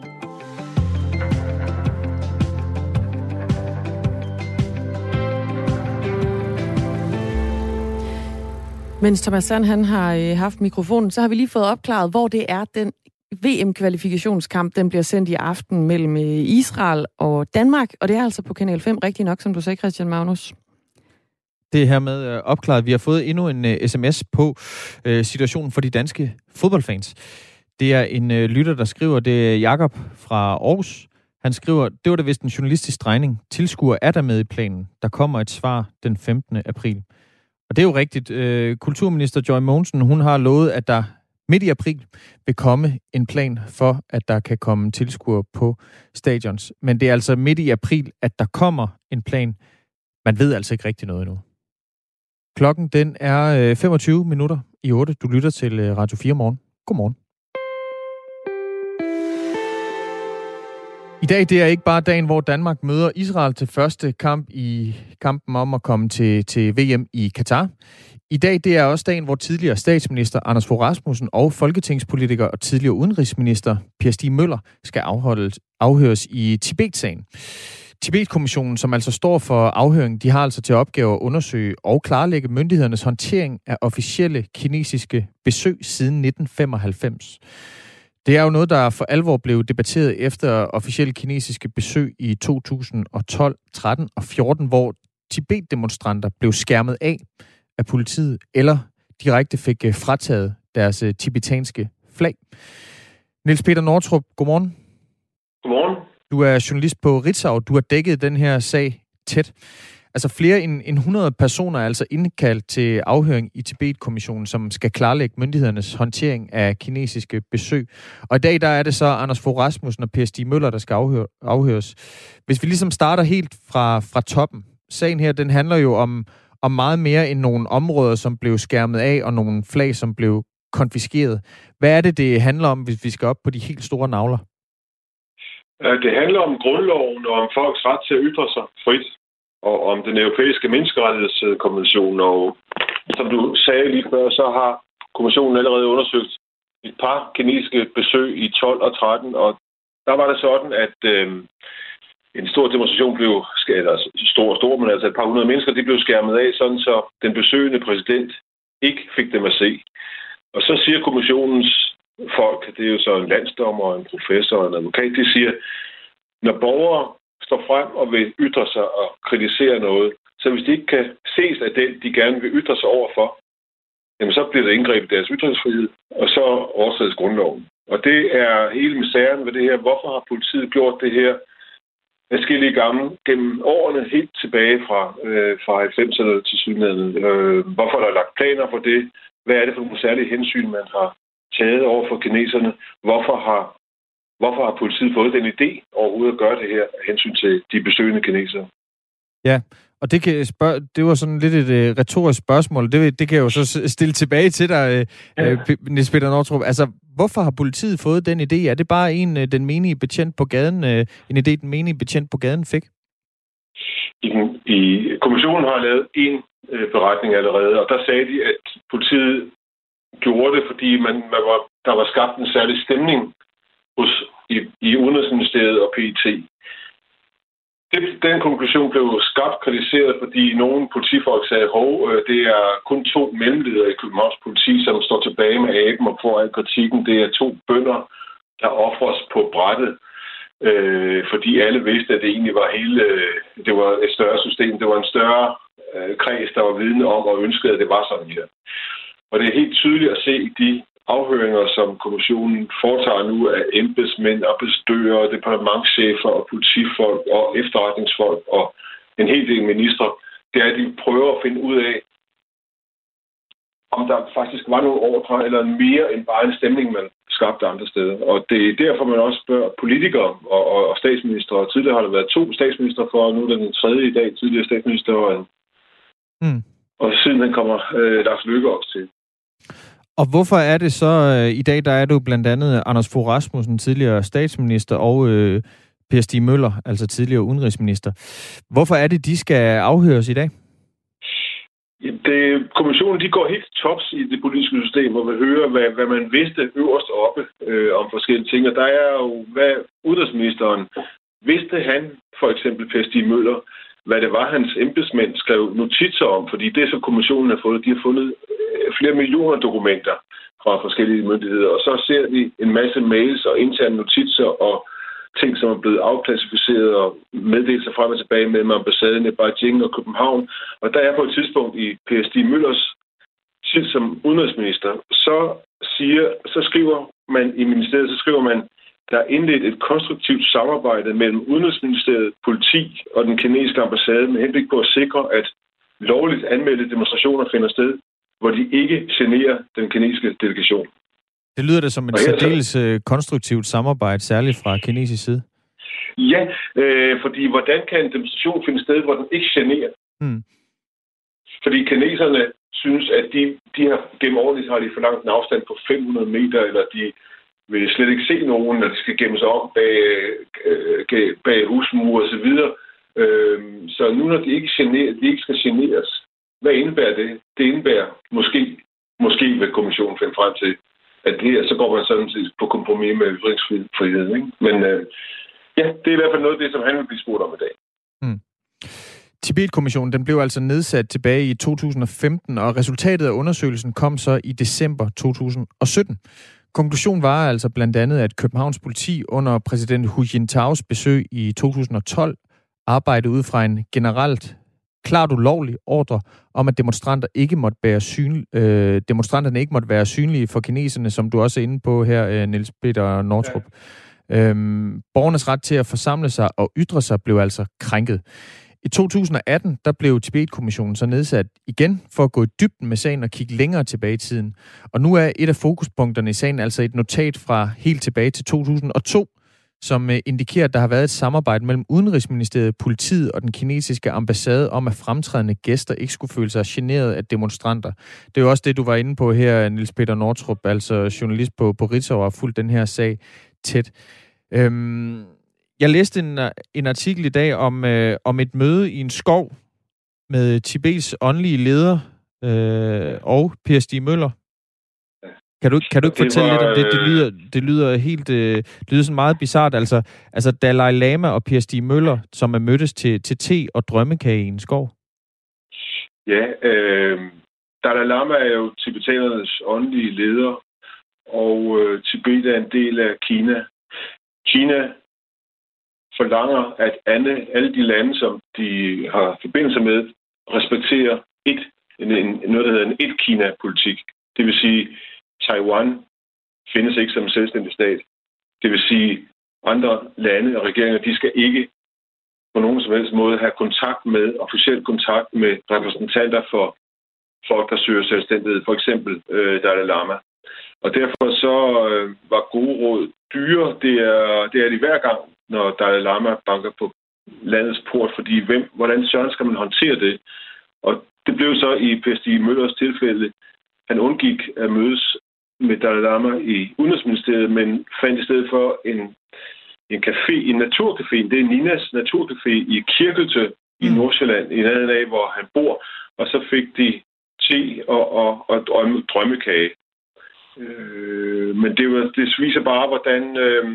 Mens Thomas Sand han har øh, haft mikrofonen, så har vi lige fået opklaret, hvor det er, den V M-kvalifikationskamp, den bliver sendt i aften mellem øh, Israel og Danmark, og det er altså på Kanal fem, rigtig nok, som du sagde, Christian Magnus. Det er hermed øh, opklaret. Vi har fået endnu en øh, sms på øh, situationen for de danske fodboldfans. Det er en øh, lytter, der skriver, det er Jakob fra Aarhus. Han skriver, det var da vist en journalistisk drejning. Tilskuer er der med i planen. Der kommer et svar den femtende april. Og det er jo rigtigt. Øh, kulturminister Joy Mogensen, hun har lovet, at der midt i april vil komme en plan for, at der kan komme tilskuere på stadions. Men det er altså midt i april, at der kommer en plan. Man ved altså ikke rigtig noget endnu. Klokken den er femogtyve minutter i otte. Du lytter til Radio fire morgen. Godmorgen. I dag det er ikke bare dagen, hvor Danmark møder Israel til første kamp i kampen om at komme til, til V M i Katar. I dag det er også dagen, hvor tidligere statsminister Anders Fogh Rasmussen og folketingspolitiker og tidligere udenrigsminister Per Stig Møller skal afholdes, afhøres i Tibet-sagen. Tibet-kommissionen, som altså står for afhøring, de har altså til opgave at undersøge og klarlægge myndighedernes håndtering af officielle kinesiske besøg siden nitten femoghalvfems. Det er jo noget, der for alvor blev debatteret efter officielle kinesiske besøg i to tusind og tolv, tretten og fjorten, hvor Tibet-demonstranter blev skærmet af af politiet, eller direkte fik frataget deres tibetanske flag. Niels Peter Nortrup, godmorgen. Godmorgen. Du er journalist på Ritzau. Du har dækket den her sag tæt. Altså flere end, end hundrede personer er altså indkaldt til afhøring i Tibet-kommissionen, som skal klarlægge myndighedernes håndtering af kinesiske besøg. Og i dag der er det så Anders Fogh Rasmussen og Per Stig Møller, der skal afhøre, afhøres. Hvis vi ligesom starter helt fra, fra toppen. Sagen her, den handler jo om, om meget mere end nogle områder, som blev skærmet af, og nogle flag, som blev konfiskeret. Hvad er det, det handler om, hvis vi skal op på de helt store navler? Det handler om grundloven og om folks ret til at ytre sig frit, og om den europæiske menneskerettighedskonvention. Og som du sagde lige før, så har kommissionen allerede undersøgt et par kinesiske besøg i tolv og tretten, og der var det sådan, at øh, en stor demonstration blev, eller stor og stor, men altså et par hundrede mennesker, de blev skærmet af, sådan så den besøgende præsident ikke fik dem at se. Og så siger kommissionens folk, det er jo så en landsdommer, en professor og en advokat, de siger, når borgere står frem og vil ytre sig og kritisere noget, så hvis de ikke kan ses af den, de gerne vil ytre sig overfor, jamen så bliver der indgrebet deres ytringsfrihed, og så overtrædes grundloven. Og det er hele misæren ved det her. Hvorfor har politiet gjort det her adskillige gange gennem årene helt tilbage fra, øh, fra halvfemserne til synligheden? Øh, hvorfor er der lagt planer for det? Hvad er det for nogle særlige hensyn, man har taget over for kineserne? Hvorfor har, hvorfor har politiet fået den idé overhovedet at gøre det her af hensyn til de besøgende kinesere? Ja, og det, kan spørge, det var sådan lidt et uh, retorisk spørgsmål. Det, det kan jeg jo så stille tilbage til dig, uh, ja. Niels Peter Nortrup. Altså, hvorfor har politiet fået den idé? Er det bare en, uh, den menige betjent på gaden, uh, en idé, den menige betjent på gaden fik? I, den, i kommissionen har lavet en uh, beretning allerede, og der sagde de, at politiet gjorde det, fordi man, man var, der var skabt en særlig stemning hos, i, i Udenrigsministeriet og P E T. Den konklusion blev skarpt kritiseret, fordi nogle politifolk sagde, at det er kun to mellemledere i Københavns politi, som står tilbage med aben og får al kritikken. Det er to bønder, der offres på brættet, øh, fordi alle vidste, at det egentlig var hele, det var et større system. Det var en større øh, kreds, der var vidne om og ønskede, at det var sådan her. Og det er helt tydeligt at se i de afhøringer, som kommissionen foretager nu af embedsmænd, ambassadører, departementschefer og politifolk og efterretningsfolk og en hel del ministre, det er, at de prøver at finde ud af, om der faktisk var nogle ordre eller mere end bare en stemning, man skabte andre steder. Og det er derfor, man også spørger politikere og, og, og statsminister. Og tidligere har der været to statsminister for, og nu er der den tredje i dag, tidligere statsminister. Og, mm. og siden den kommer øh, Lars Løkke også til. Og hvorfor er det så, øh, i dag, der er du blandt andet Anders Fogh Rasmussen, tidligere statsminister, og øh, Per Stig Møller, altså tidligere udenrigsminister. Hvorfor er det, de skal afhøres i dag? Det, kommissionen de går helt tops i det politiske system og vil høre, hvad, hvad man vidste øverst oppe øh, om forskellige ting. Og der er jo, hvad udenrigsministeren vidste han, for eksempel Per Stig Møller, hvad det var, hans embedsmænd skrev notitser om, fordi det, som kommissionen har fået, de har fundet flere millioner dokumenter fra forskellige myndigheder, og så ser vi en masse mails og interne notitser og ting, som er blevet afklassificeret og meddelt sig frem og tilbage mellem ambassaden i Beijing og København. Og der er på et tidspunkt i Per Stig Møllers tid som udenrigsminister, så siger, så skriver man i ministeriet, så skriver man, der er indledt et konstruktivt samarbejde mellem Udenrigsministeriet, politi og den kinesiske ambassade med henblik på at sikre, at lovligt anmeldte demonstrationer finder sted, hvor de ikke generer den kinesiske delegation. Det lyder da som et særdeles øh, konstruktivt samarbejde, særligt fra kinesisk side. Ja, øh, fordi hvordan kan en demonstration finde sted, hvor den ikke generer? Hmm. Fordi kineserne synes, at de, de har gennem årene har de forlangt en afstand på fem hundrede meter, eller de vil slet ikke se nogen, når de skal gemme sig om bag, øh, bag husmure og så videre. Øh, så nu når de ikke, generer, de ikke skal generes, hvad indebærer det? Det indebærer måske, måske vil kommissionen finde frem til, at det her, så går man sådan set på kompromis med ytringsfrihed. Ikke? Men øh, ja, det er i hvert fald noget af det, som han vil blive spurgt om i dag. Mm. Tibet-kommissionen den blev altså nedsat tilbage i to tusind og femten, og resultatet af undersøgelsen kom så i december to tusind og sytten. Konklusionen var altså blandt andet, at Københavns politi under præsident Hu Jintaos besøg i to tusind og tolv arbejdede ud fra en generelt klart ulovlig ordre om, at demonstranter ikke måtte være synlige, øh, demonstranterne ikke måtte være synlige for kineserne, som du også er inde på her, øh, Niels Peter Nortrup. Ja. Øhm, borgernes ret til at forsamle sig og ytre sig blev altså krænket. I to tusind og atten, der blev Tibet-kommissionen så nedsat igen for at gå i dybden med sagen og kigge længere tilbage i tiden. Og nu er et af fokuspunkterne i sagen altså et notat fra helt tilbage til to tusind og to, som indikerer, at der har været et samarbejde mellem Udenrigsministeriet, politiet og den kinesiske ambassade om, at fremtrædende gæster ikke skulle føle sig generet af demonstranter. Det er jo også det, du var inde på her, Niels Peter Nortrup, altså journalist på, på Ritzau, og har fulgt den her sag tæt. Øhm, jeg læste en, en artikel i dag om, øh, om et møde i en skov med Tibets åndelige leder øh, og Per Stig Møller. Kan du, kan du ikke fortælle var, lidt om det? Det lyder, det lyder helt øh, det lyder sådan meget bizart. Altså, altså Dalai Lama og Per Stig Møller, som er mødtes til, til te og drømmekage i en skov. Ja, øh, Dalai Lama er jo tibetanernes åndelige leder, og øh, Tibet er en del af Kina. Kina forlanger, at alle, alle de lande, som de har forbindelse med, respekterer et, en, en, noget, der hedder en et-Kina-politik. Det vil sige, Taiwan findes ikke som en selvstændig stat. Det vil sige, andre lande og regeringer, de skal ikke på nogen som helst måde have kontakt med, officiel kontakt med repræsentanter for folk, der søger selvstændighed. For eksempel øh, Dalai Lama. Og derfor så øh, var gode råd dyre. Det er, det er de hver gang, når Dalai Lama banker på landets port, fordi hvem, hvordan søren skal man håndtere det? Og det blev så i Per Stig Møllers tilfælde, han undgik at mødes med Dalai Lama i Udenrigsministeriet, men fandt i stedet for en, en café, en naturcafé. Det er Ninas naturcafé i Kirkelse i Nordsjælland, i nærheden af, hvor han bor. Og så fik de te og, og, og drømme, drømmekage. Øh, men det, var, det viser bare, hvordan øh,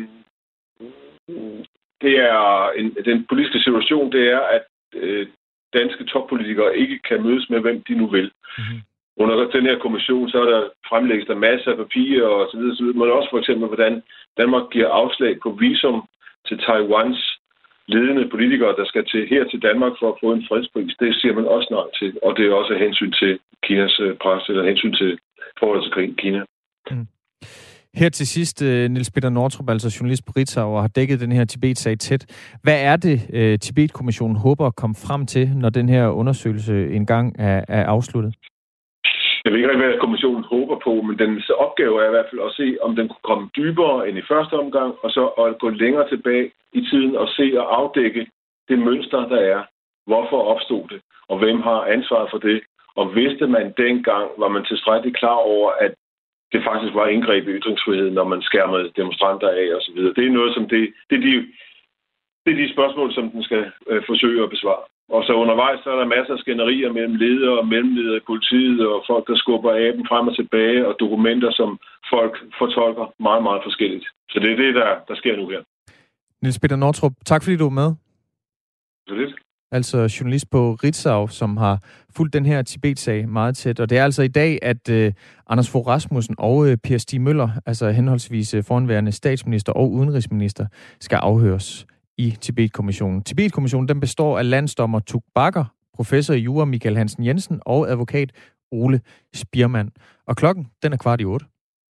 det er en, den politiske situation, det er, at øh, danske toppolitikere ikke kan mødes med, hvem de nu vil. Mm-hmm. Under den her kommission, så er der fremlægges der masser af papirer og så videre, så videre. Men også for eksempel, hvordan Danmark giver afslag på visum til Taiwans ledende politikere, der skal til, her til Danmark for at få en fredspris. Det siger man også nej til. Og det er også hensyn til Kinas pres, eller hensyn til forholdet til Kina. Mm. Her til sidst, Niels Peter Nortrup, altså journalist på Ritzau, og har dækket den her Tibet-sag tæt. Hvad er det, Tibet-kommissionen håber at komme frem til, når den her undersøgelse engang er, er afsluttet? Jeg ved ikke rigtig, hvad kommissionen håber på, men dens opgave er i hvert fald at se, om den kunne komme dybere end i første omgang, og så at gå længere tilbage i tiden og se og afdække det mønster, der er. Hvorfor opstod det, og hvem har ansvaret for det? Og vidste man dengang, var man tilstrækkeligt klar over, at det faktisk var indgreb i ytringsfriheden, når man skærmede demonstranter af osv. Det er noget, som det, det, er de, det er de spørgsmål, som den skal øh, forsøge at besvare. Og så undervejs, så er der masser af skænderier mellem ledere og mellemledere i politiet, og folk, der skubber aben frem og tilbage, og dokumenter, som folk fortolker meget, meget forskelligt. Så det er det, der, der sker nu her. Niels Peter Nortrup, tak fordi du var med. Så lidt. Altså journalist på Ritzau, som har fulgt den her Tibet-sag meget tæt. Og det er altså i dag, at uh, Anders Fogh Rasmussen og uh, Per Stig Møller, altså henholdsvis uh, foranværende statsminister og udenrigsminister, skal afhøres i Tibet-kommissionen. Tibet-kommissionen den består af landsdommer Tug Bakker, professor i jura Michael Hansen Jensen og advokat Ole Spiermann. Og klokken, den er kvart i otte.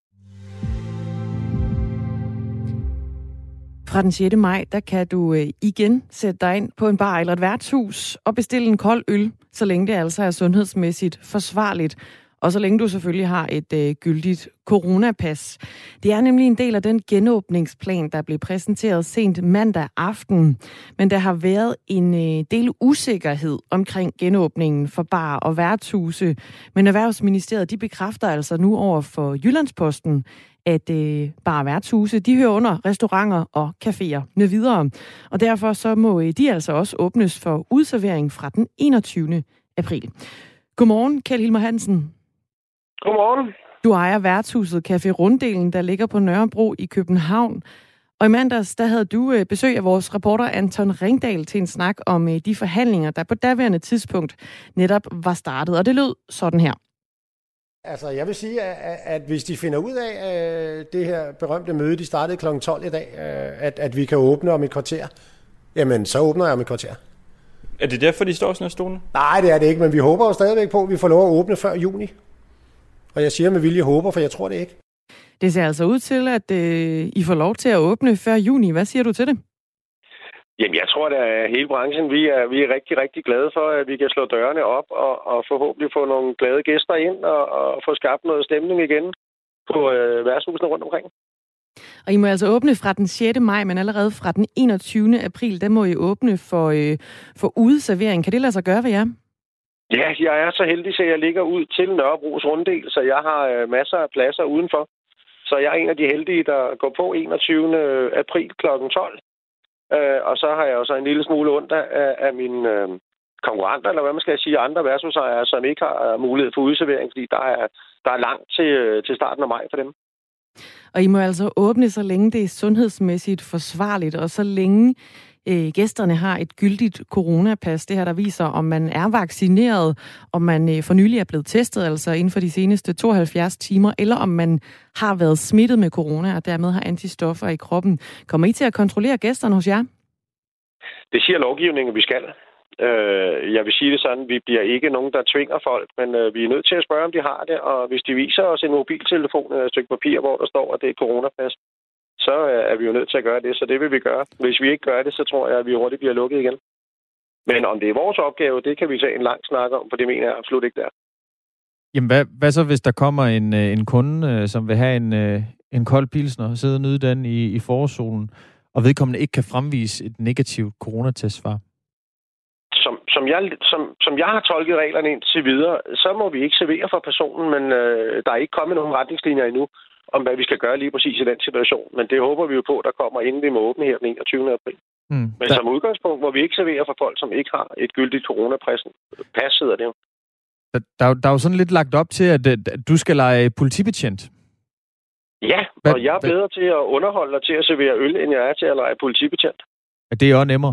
Fra den sjette maj, der kan du øh, igen sætte dig ind på en bar eller et værtshus og bestille en kold øl, så længe det altså er sundhedsmæssigt forsvarligt. Og så længe du selvfølgelig har et øh, gyldigt coronapas. Det er nemlig en del af den genåbningsplan, der blev præsenteret sent mandag aften. Men der har været en øh, del usikkerhed omkring genåbningen for bar og værtshuse. Men Erhvervsministeriet, de bekræfter altså nu over for Jyllandsposten, at øh, bar og værtshuse, de hører under restauranter og caféer med videre. Og derfor så må øh, de altså også åbnes for udservering fra den enogtyvende april. Godmorgen, Kjeld Hilmer Hansen. Godmorgen. Du ejer værtshuset Café Runddelen, der ligger på Nørrebro i København. Og i mandags, der havde du øh, besøg af vores reporter Anton Ringdal til en snak om øh, de forhandlinger, der på daværende tidspunkt netop var startet. Og det lød sådan her. Altså, jeg vil sige, at, at hvis de finder ud af uh, det her berømte møde, de startede klokken tolv i dag, uh, at, at vi kan åbne om et kvarter, jamen, så åbner jeg om et kvarter. Er det derfor, de står sådan af stolen? Nej, det er det ikke, men vi håber jo stadigvæk på, at vi får lov at åbne før juni. Og jeg siger med vilje håber, for jeg tror det ikke. Det ser altså ud til, at øh, I får lov til at åbne før juni. Hvad siger du til det? Jamen, jeg tror, at hele branchen, vi er, vi er rigtig, rigtig glade for, at vi kan slå dørene op og, og forhåbentlig få nogle glade gæster ind og, og få skabt noget stemning igen på øh, værtshusene rundt omkring. Og I må altså åbne fra den sjette maj, men allerede fra den enogtyvende april, der må I åbne for, øh, for udeservering. Kan det lade sig gøre ved jer? Ja, jeg er så heldig, så jeg ligger ud til Nørrebros Runddel, så jeg har øh, masser af pladser udenfor. Så jeg er en af de heldige, der går på enogtyvende april klokken tolv. Øh, og så har jeg jo så en lille smule ondt af, af mine øh, konkurrenter, eller hvad man skal sige, andre værtshusejere, som ikke har mulighed for udservering, fordi der er, der er langt til, til starten af maj for dem. Og I må altså åbne, så længe det er sundhedsmæssigt forsvarligt, og så længe øh, gæsterne har et gyldigt coronapas. Det her, der viser, om man er vaccineret, om man øh, for nylig er blevet testet, altså inden for de seneste tooghalvfjerds timer, eller om man har været smittet med corona, og dermed har antistoffer i kroppen. Kommer I til at kontrollere gæsterne hos jer? Det siger lovgivningen, vi skal. Øh, jeg vil sige det sådan, vi bliver ikke nogen, der tvinger folk, men øh, vi er nødt til at spørge, om de har det, og hvis de viser os en mobiltelefon eller et stykke papir, hvor der står, at det er et coronapas, så øh, er vi jo nødt til at gøre det, så det vil vi gøre. Hvis vi ikke gør det, så tror jeg, at vi hurtigt bliver lukket igen. Men om det er vores opgave, det kan vi tage en lang snak om, for det mener jeg absolut ikke der. Jamen, hvad, hvad så, hvis der kommer en, en kunde, som vil have en, en kold pilsner og sidde og nyde den i, i forårssolen, og vedkommende ikke kan fremvise et negativt coronatestsvar? Som, som, jeg, som, som jeg har tolket reglerne indtil videre, så må vi ikke servere for personen, men øh, der er ikke kommet nogen retningslinjer endnu om, hvad vi skal gøre lige præcis i den situation. Men det håber vi jo på, der kommer, inden vi må åbne her den enogtyvende april. Mm, men der... som udgangspunkt, hvor vi ikke serverer for folk, som ikke har et gyldigt coronapas, hedder det jo. Der, der, der er jo sådan lidt lagt op til, at, at du skal lege politibetjent. Ja, hvad, og jeg er bedre hvad? til at underholde og til at servere øl, end jeg er til at lege politibetjent. Ja, det er også nemmere.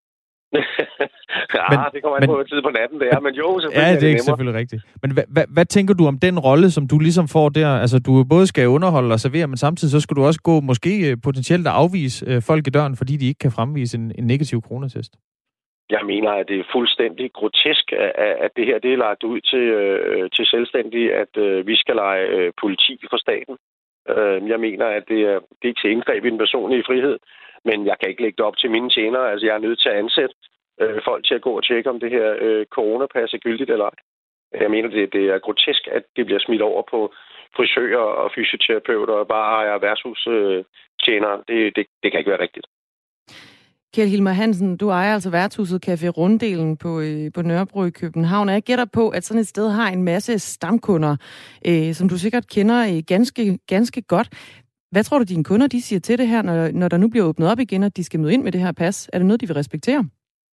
ja, men, det kommer an på en tid på natten, det er, men jo, selvfølgelig ja, er det, det er ikke nemmere. selvfølgelig rigtigt. Men hvad, hvad, hvad tænker du om den rolle, som du ligesom får der? Altså, du både skal underholde og servere, men samtidig så skal du også gå måske potentielt at afvise øh, folk i døren, fordi de ikke kan fremvise en, en negativ coronatest. Jeg mener, at det er fuldstændig grotesk, at, at det her det er lagt ud til, øh, til selvstændige, at øh, vi skal lege øh, politi for staten. Øh, jeg mener, at det er, det er ikke til indgreb i den personlige frihed, men jeg kan ikke lægge det op til mine tjenere. Altså, jeg er nødt til at ansætte øh, folk til at gå og tjekke, om det her øh, coronapas er gyldigt eller ej. Jeg mener, det, det er grotesk, at det bliver smidt over på frisører og fysioterapeuter og bare ejer værtshustjenere. Øh, det, det, det kan ikke være rigtigt. Kjeld Hilmer Hansen, du ejer altså værtshuset Café Runddelen på, øh, på Nørrebro i København, og jeg gætter på, at sådan et sted har en masse stamkunder, øh, som du sikkert kender øh, ganske, ganske godt. Hvad tror du, dine kunder de siger til det her, når, når der nu bliver åbnet op igen, og de skal møde ind med det her pas? Er det noget, de vil respektere?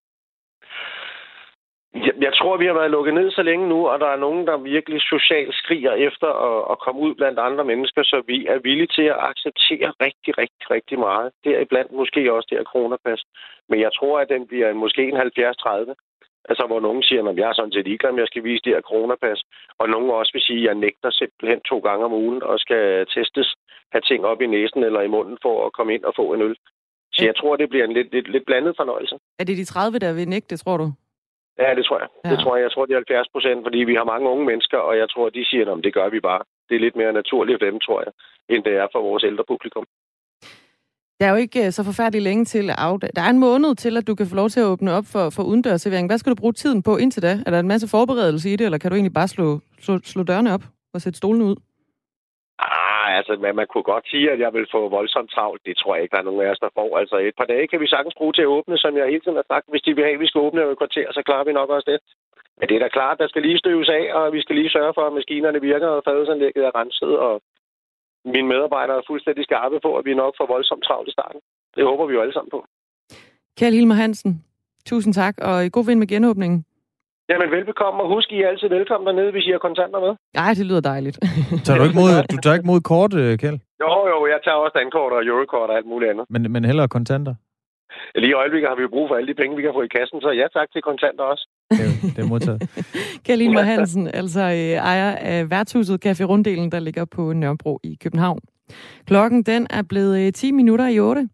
Jeg, jeg tror, vi har været lukket ned så længe nu, og der er nogen, der virkelig socialt skriger efter at, at komme ud blandt andre mennesker, så vi er villige til at acceptere rigtig, rigtig, rigtig meget. Deriblandt måske også det her coronapas. Men jeg tror, at den bliver måske en halvfjerds tredive. Altså, hvor nogen siger, at jeg er sådan set ligeglad, men jeg skal vise det her coronapas. Og nogen også vil sige, at jeg nægter simpelthen to gange om ugen og skal testes, have ting op i næsen eller i munden for at komme ind og få en øl. Så jeg tror, det bliver en lidt, lidt, lidt blandet fornøjelse. Er det de tredive, der vil nægte, tror du? Ja, det tror jeg. Ja. Det tror jeg. Jeg tror, det er halvfjerds procent, fordi vi har mange unge mennesker, og jeg tror, de siger, at det gør vi bare. Det er lidt mere naturligt for dem, tror jeg, end det er for vores ældre publikum. Der er jo ikke så forfærdeligt længe til at afdage. Der er en måned til, at du kan få lov til at åbne op for, for udendørsservering. Hvad skal du bruge tiden på indtil da? Er der en masse forberedelse i det, eller kan du egentlig bare slå, slå, slå dørene op og sætte stolene ud? Ah, altså, man, man kunne godt sige, at jeg vil få voldsomt travlt. Det tror jeg ikke, der er nogen af os, der får. Altså, et par dage kan vi sagtens bruge til at åbne, som jeg hele tiden har sagt. Hvis de vil have, at vi skal åbne et kvarter, så klarer vi nok også det. Men det er da klart, der skal lige støves af, og vi skal lige sørge for, at maskinerne virker, og fadelsanlægget er renset, og mine medarbejdere er fuldstændig skarpe på, at vi nok får voldsomt travlt i starten. Det håber vi jo alle sammen på. Kjeld Hilmer Hansen, tusind tak, og god vind med genåbningen. Jamen velbekomme, og husk, I er altid velkommen dernede, hvis I har kontanter med. Nej, det lyder dejligt. Tager du ikke mod, du tager ikke mod kort, Kjeld? Jo, jo, jeg tager også dankort og eurokort og alt muligt andet. Men, men hellere kontanter? Lige i øjeblikket har vi jo brug for alle de penge, vi kan få i kassen, så ja tak til kontanter også. Det er, det er modtaget. Kjeld Hilmer Hansen, altså øh, ejer af værtshuset Café Runddelen, der ligger på Nørrebro i København. Klokken den er blevet øh, ti minutter i otte.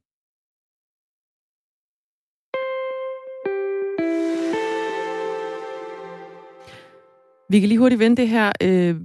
Vi kan lige hurtigt vende det her øh,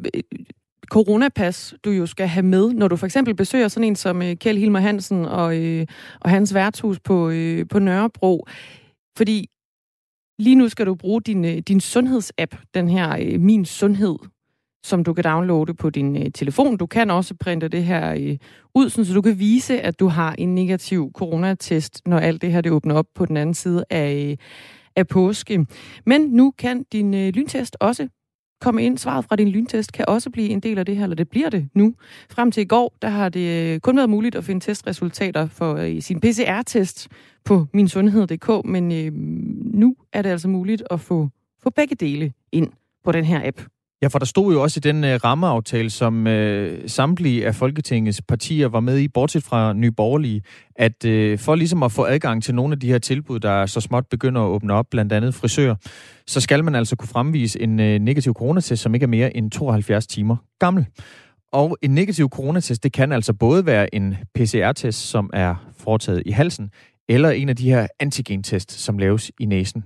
coronapas, du jo skal have med, når du for eksempel besøger sådan en som øh, Kjeld Hilmer Hansen og, øh, og hans værtshus på, øh, på Nørrebro. Fordi lige nu skal du bruge din, øh, din sundhedsapp, den her øh, Min Sundhed, som du kan downloade på din øh, telefon. Du kan også printe det her øh, ud, så du kan vise, at du har en negativ coronatest, når alt det her det åbner op på den anden side af, øh, af påske. Men nu kan din øh, lyntest også komme ind. Svaret fra din lyntest kan også blive en del af det her, eller det bliver det nu. Frem til i går, der har det kun været muligt at finde testresultater for øh, sin P C R-test på min sundhed punktum d k, men øh, nu er det altså muligt at få, få begge dele ind på den her app. Ja, for der stod jo også i den uh, rammeaftale, som uh, samtlige af Folketingets partier var med i, bortset fra Nye Borgerlige, at uh, for ligesom at få adgang til nogle af de her tilbud, der så småt begynder at åbne op, blandt andet frisør, så skal man altså kunne fremvise en uh, negativ coronatest, som ikke er mere end tooghalvfjerds timer gammel. Og en negativ coronatest, det kan altså både være en P C R-test, som er foretaget i halsen, eller en af de her antigentest, som laves i næsen.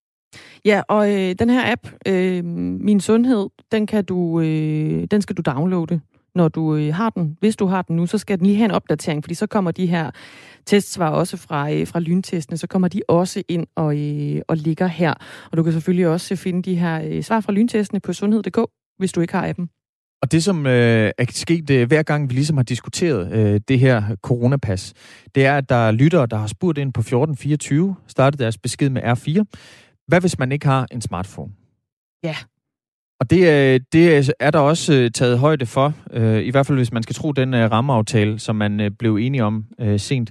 Ja, og øh, den her app, øh, Min Sundhed, den, kan du, øh, den skal du downloade, når du øh, har den. Hvis du har den nu, så skal den lige have en opdatering, fordi så kommer de her testsvar også fra, øh, fra lyntestene, så kommer de også ind og, øh, og ligger her. Og du kan selvfølgelig også finde de her øh, svar fra lyntestene på sundhed punktum d k, hvis du ikke har appen. Og det, som øh, er sket øh, hver gang, vi ligesom har diskuteret øh, det her coronapas, det er, at der er lyttere, der har spurgt ind på fjorten fireogtyve, startet deres besked med R fire. Hvad hvis man ikke har en smartphone? Ja. Og det, det er der også taget højde for, i hvert fald hvis man skal tro den rammeaftale, som man blev enige om sent,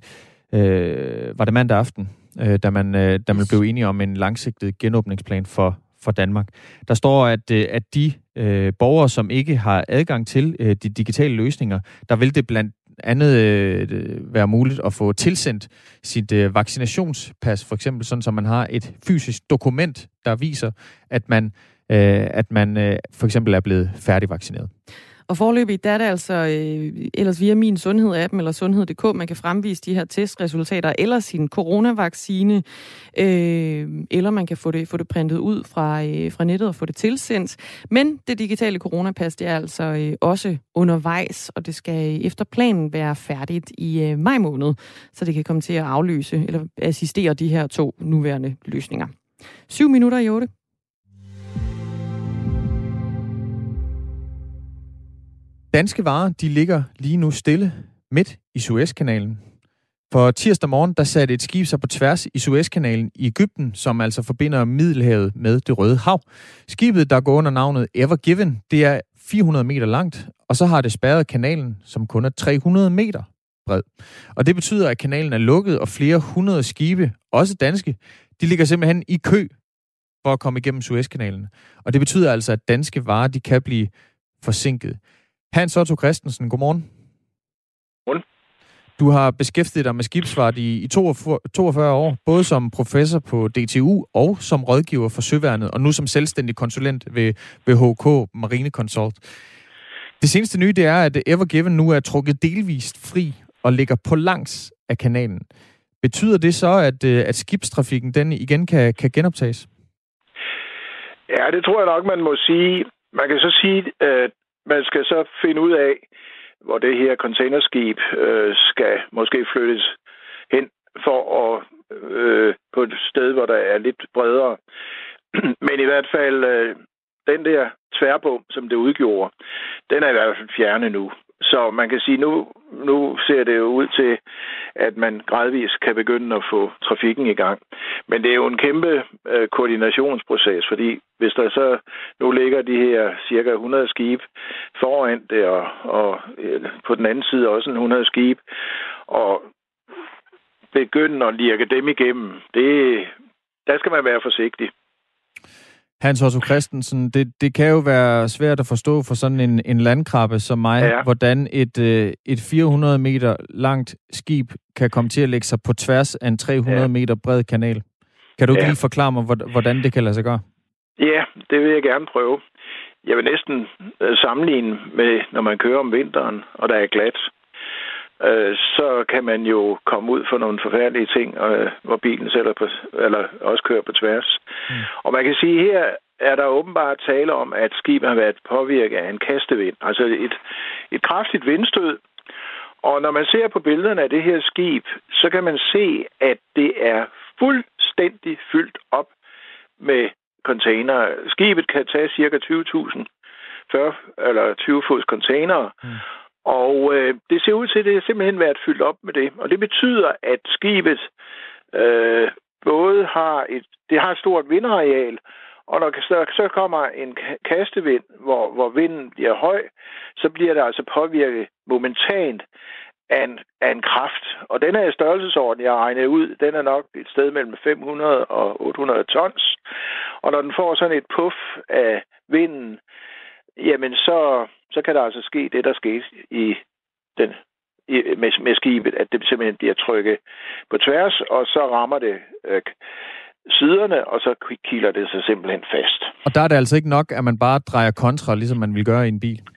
var det mandag aften, da man, da man blev enige om en langsigtet genåbningsplan for, for Danmark. Der står, at, at de borgere, som ikke har adgang til de digitale løsninger, der vil det blandt andet øh, være muligt at få tilsendt sit øh, vaccinationspas, for eksempel sådan, så man har et fysisk dokument, der viser, at man, øh, at man øh, for eksempel er blevet færdigvaccineret. Og foreløbig, der er det altså øh, ellers via Min Sundhed-appen eller sundhed punktum d k, man kan fremvise de her testresultater, eller sin coronavaccine, øh, eller man kan få det, få det printet ud fra, øh, fra nettet og få det tilsendt. Men det digitale coronapas, det er altså øh, også undervejs, og det skal efter planen være færdigt i øh, maj måned, så det kan komme til at afløse eller assistere de her to nuværende løsninger. Syv minutter i otte. Danske varer, de ligger lige nu stille midt i Suezkanalen. For tirsdag morgen, der satte et skib sig på tværs i Suezkanalen i Egypten, som altså forbinder Middelhavet med det Røde Hav. Skibet, der går under navnet Ever Given, det er fire hundrede meter langt, og så har det spærret kanalen, som kun er tre hundrede meter bred. Og det betyder, at kanalen er lukket, og flere hundrede skibe, også danske, de ligger simpelthen i kø for at komme igennem Suezkanalen. Og det betyder altså, at danske varer, de kan blive forsinket. Hans Otto Christensen, godmorgen. Godmorgen. Du har beskæftiget dig med skibsfart i, i toogfyrre år, både som professor på D T U og som rådgiver for Søværnet, og nu som selvstændig konsulent ved, ved H K Marine Consult. Det seneste nye, det er, at Ever Given nu er trukket delvist fri og ligger på langs af kanalen. Betyder det så, at, at skibstrafikken den igen kan, kan genoptages? Ja, det tror jeg nok, man må sige. Man kan så sige, at man skal så finde ud af, hvor det her containerskib øh, skal måske flyttes hen for at øh, på et sted, hvor der er lidt bredere. Men i hvert fald, øh, den der tværbom, som det udgjorde, den er i hvert fald fjernet nu. Så man kan sige, nu, nu ser det jo ud til, at man gradvist kan begynde at få trafikken i gang. Men det er jo en kæmpe øh, koordinationsproces, fordi hvis der så nu ligger de her cirka hundrede skibe foran det, og, og øh, på den anden side også en hundrede skibe, og begynde at lirke dem igennem, det, der skal man være forsigtig. Hans Otto Christensen, det, det kan jo være svært at forstå for sådan en, en landkrabbe som mig, ja. hvordan et, øh, et fire hundrede meter langt skib kan komme til at lægge sig på tværs af en tre hundrede ja. meter bred kanal. Kan du ikke ja. lige forklare mig, hvordan det kan lade sig gøre? Ja, det vil jeg gerne prøve. Jeg vil næsten sammenligne med, når man kører om vinteren, og der er glat, øh, så kan man jo komme ud for nogle forfærdelige ting, øh, hvor bilen sætter på, eller også kører på tværs. Mm. Og man kan sige, her er der åbenbart tale om, at skibet har været påvirket af en kastevind, altså et, et kraftigt vindstød. Og når man ser på billederne af det her skib, så kan man se, at det er fuldstændig fyldt op med container. Skibet kan tage cirka tyve tusind fyrre eller tyve fods containere. Mm. Og øh, det ser ud til, at det har simpelthen været fyldt op med det. Og det betyder, at skibet øh, både har et, det har et stort vindareal, og når så, så kommer en kastevind, hvor, hvor vinden bliver høj, så bliver det altså påvirket momentant af en, af en kraft. Og den her størrelsesorden, jeg regner ud, den er nok et sted mellem fem hundrede og otte hundrede tons. Og når den får sådan et puff af vinden, jamen så, så kan der altså ske det, der skete i den, i, med, med skibet, at det simpelthen bliver trykket på tværs, og så rammer det øh, siderne, og så kiler det sig simpelthen fast. Og der er det altså ikke nok, at man bare drejer kontra, ligesom man vil gøre i en bil?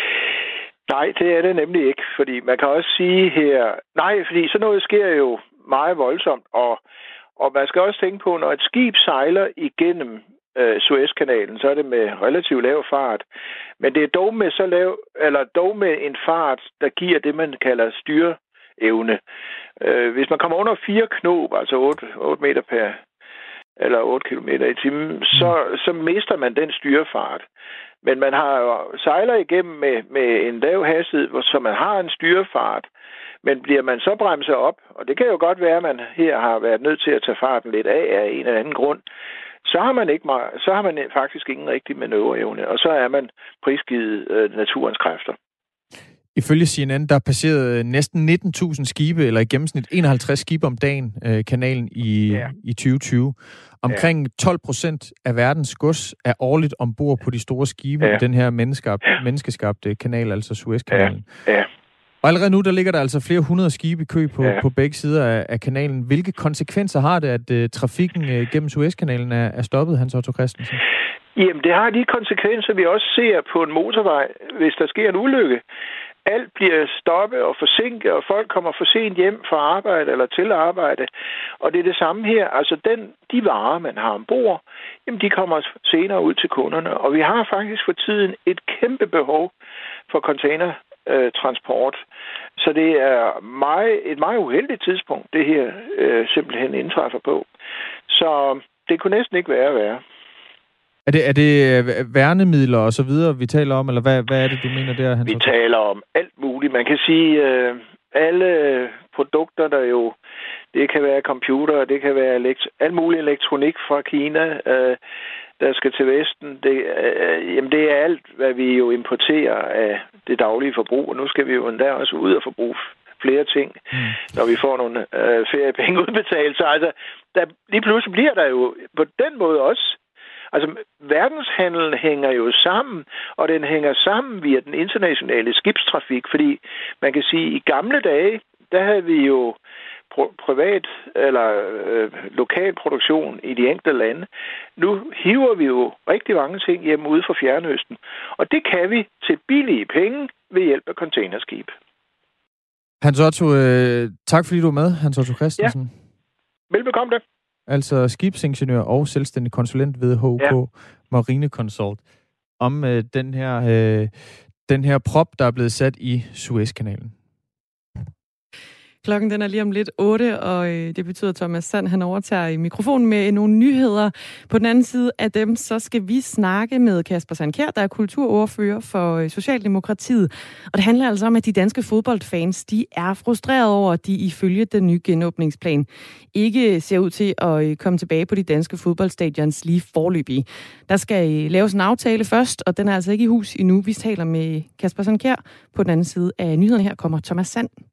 Nej, det er det nemlig ikke, fordi man kan også sige her... Nej, fordi sådan noget sker jo meget voldsomt, og, og man skal også tænke på, når et skib sejler igennem øh, Suezkanalen, så er det med relativt lav fart, men det er dog med så lav, eller dog med en fart, der giver det, man kalder styreevne. Øh, hvis man kommer under fire knob, altså otte meter per... eller otte kilometer i timen, så, så mister man den styrefart. Men man har jo sejler igennem med, med en lav hastighed, så man har en styrefart. Men bliver man så bremset op, og det kan jo godt være, at man her har været nødt til at tage farten lidt af af en eller anden grund, så har man ikke meget, så har man faktisk ingen rigtig manøvreevne, og så er man prisgivet øh, naturens kræfter. Ifølge C N N, der passerede næsten nitten tusind skibe, eller i gennemsnit enoghalvtreds skibe om dagen, øh, kanalen i, ja. i tyve tyve. Omkring ja. tolv procent af verdens gods er årligt ombord på de store skibe ja. i den her menneskeskabte, ja. menneskeskabte kanal, altså Suezkanalen. Ja. Ja. Og allerede nu, der ligger der altså flere hundrede skibe i kø på, ja. på begge sider af, af kanalen. Hvilke konsekvenser har det, at uh, trafikken uh, gennem Suezkanalen er, er stoppet, Hans Otto Christensen? Jamen, det har de konsekvenser, vi også ser på en motorvej, hvis der sker en ulykke. Alt bliver stoppet og forsinket, og folk kommer for sent hjem fra arbejde eller til arbejde. Og det er det samme her. Altså, den, de varer, man har ombord, jamen, de kommer senere ud til kunderne. Og vi har faktisk for tiden et kæmpe behov for containertransport. Så det er meget, et meget uheldigt tidspunkt, det her øh, simpelthen indtræffer på. Så det kunne næsten ikke være værre. Er det, er det værnemidler og så videre, vi taler om, eller hvad, hvad er det, du mener der, Hans? Vi taler om alt muligt. Man kan sige, øh, alle produkter, der jo, det kan være computer, det kan være elekt- alt muligt elektronik fra Kina, øh, der skal til Vesten. Det, øh, jamen det er alt, hvad vi jo importerer af det daglige forbrug, og nu skal vi jo endda også ud og forbruge flere ting, mm. når vi får nogle øh, feriepenge udbetalt. Så altså, der, lige pludselig bliver der jo på den måde også. Altså, verdenshandlen hænger jo sammen, og den hænger sammen via den internationale skibstrafik, fordi man kan sige, at i gamle dage, der havde vi jo privat eller øh, lokal produktion i de enkelte lande. Nu hiver vi jo rigtig mange ting hjemme ude fra Fjernøsten, og det kan vi til billige penge ved hjælp af containerskib. Hans Otto, øh, tak fordi du er med, Hans Otto Christensen. Ja, velbekomme det. Altså skibsingeniør og selvstændig konsulent ved H K ja. Marine Consult, om øh, den, her, øh, den her prop, der er blevet sat i Suezkanalen. Klokken den er lige om lidt otte, og øh, det betyder, at Thomas Sand han overtager i mikrofonen med nogle nyheder. På den anden side af dem, så skal vi snakke med Kasper Sandkjær, der er kulturordfører for øh, Socialdemokratiet. Og det handler altså om, at de danske fodboldfans, de er frustrerede over, at de ifølge den nye genåbningsplan ikke ser ud til at øh, komme tilbage på de danske fodboldstadions lige forløbige. Der skal øh, laves en aftale først, og den er altså ikke i hus endnu. Vi taler med Kasper Sandkjær. På den anden side af nyhederne her kommer Thomas Sand.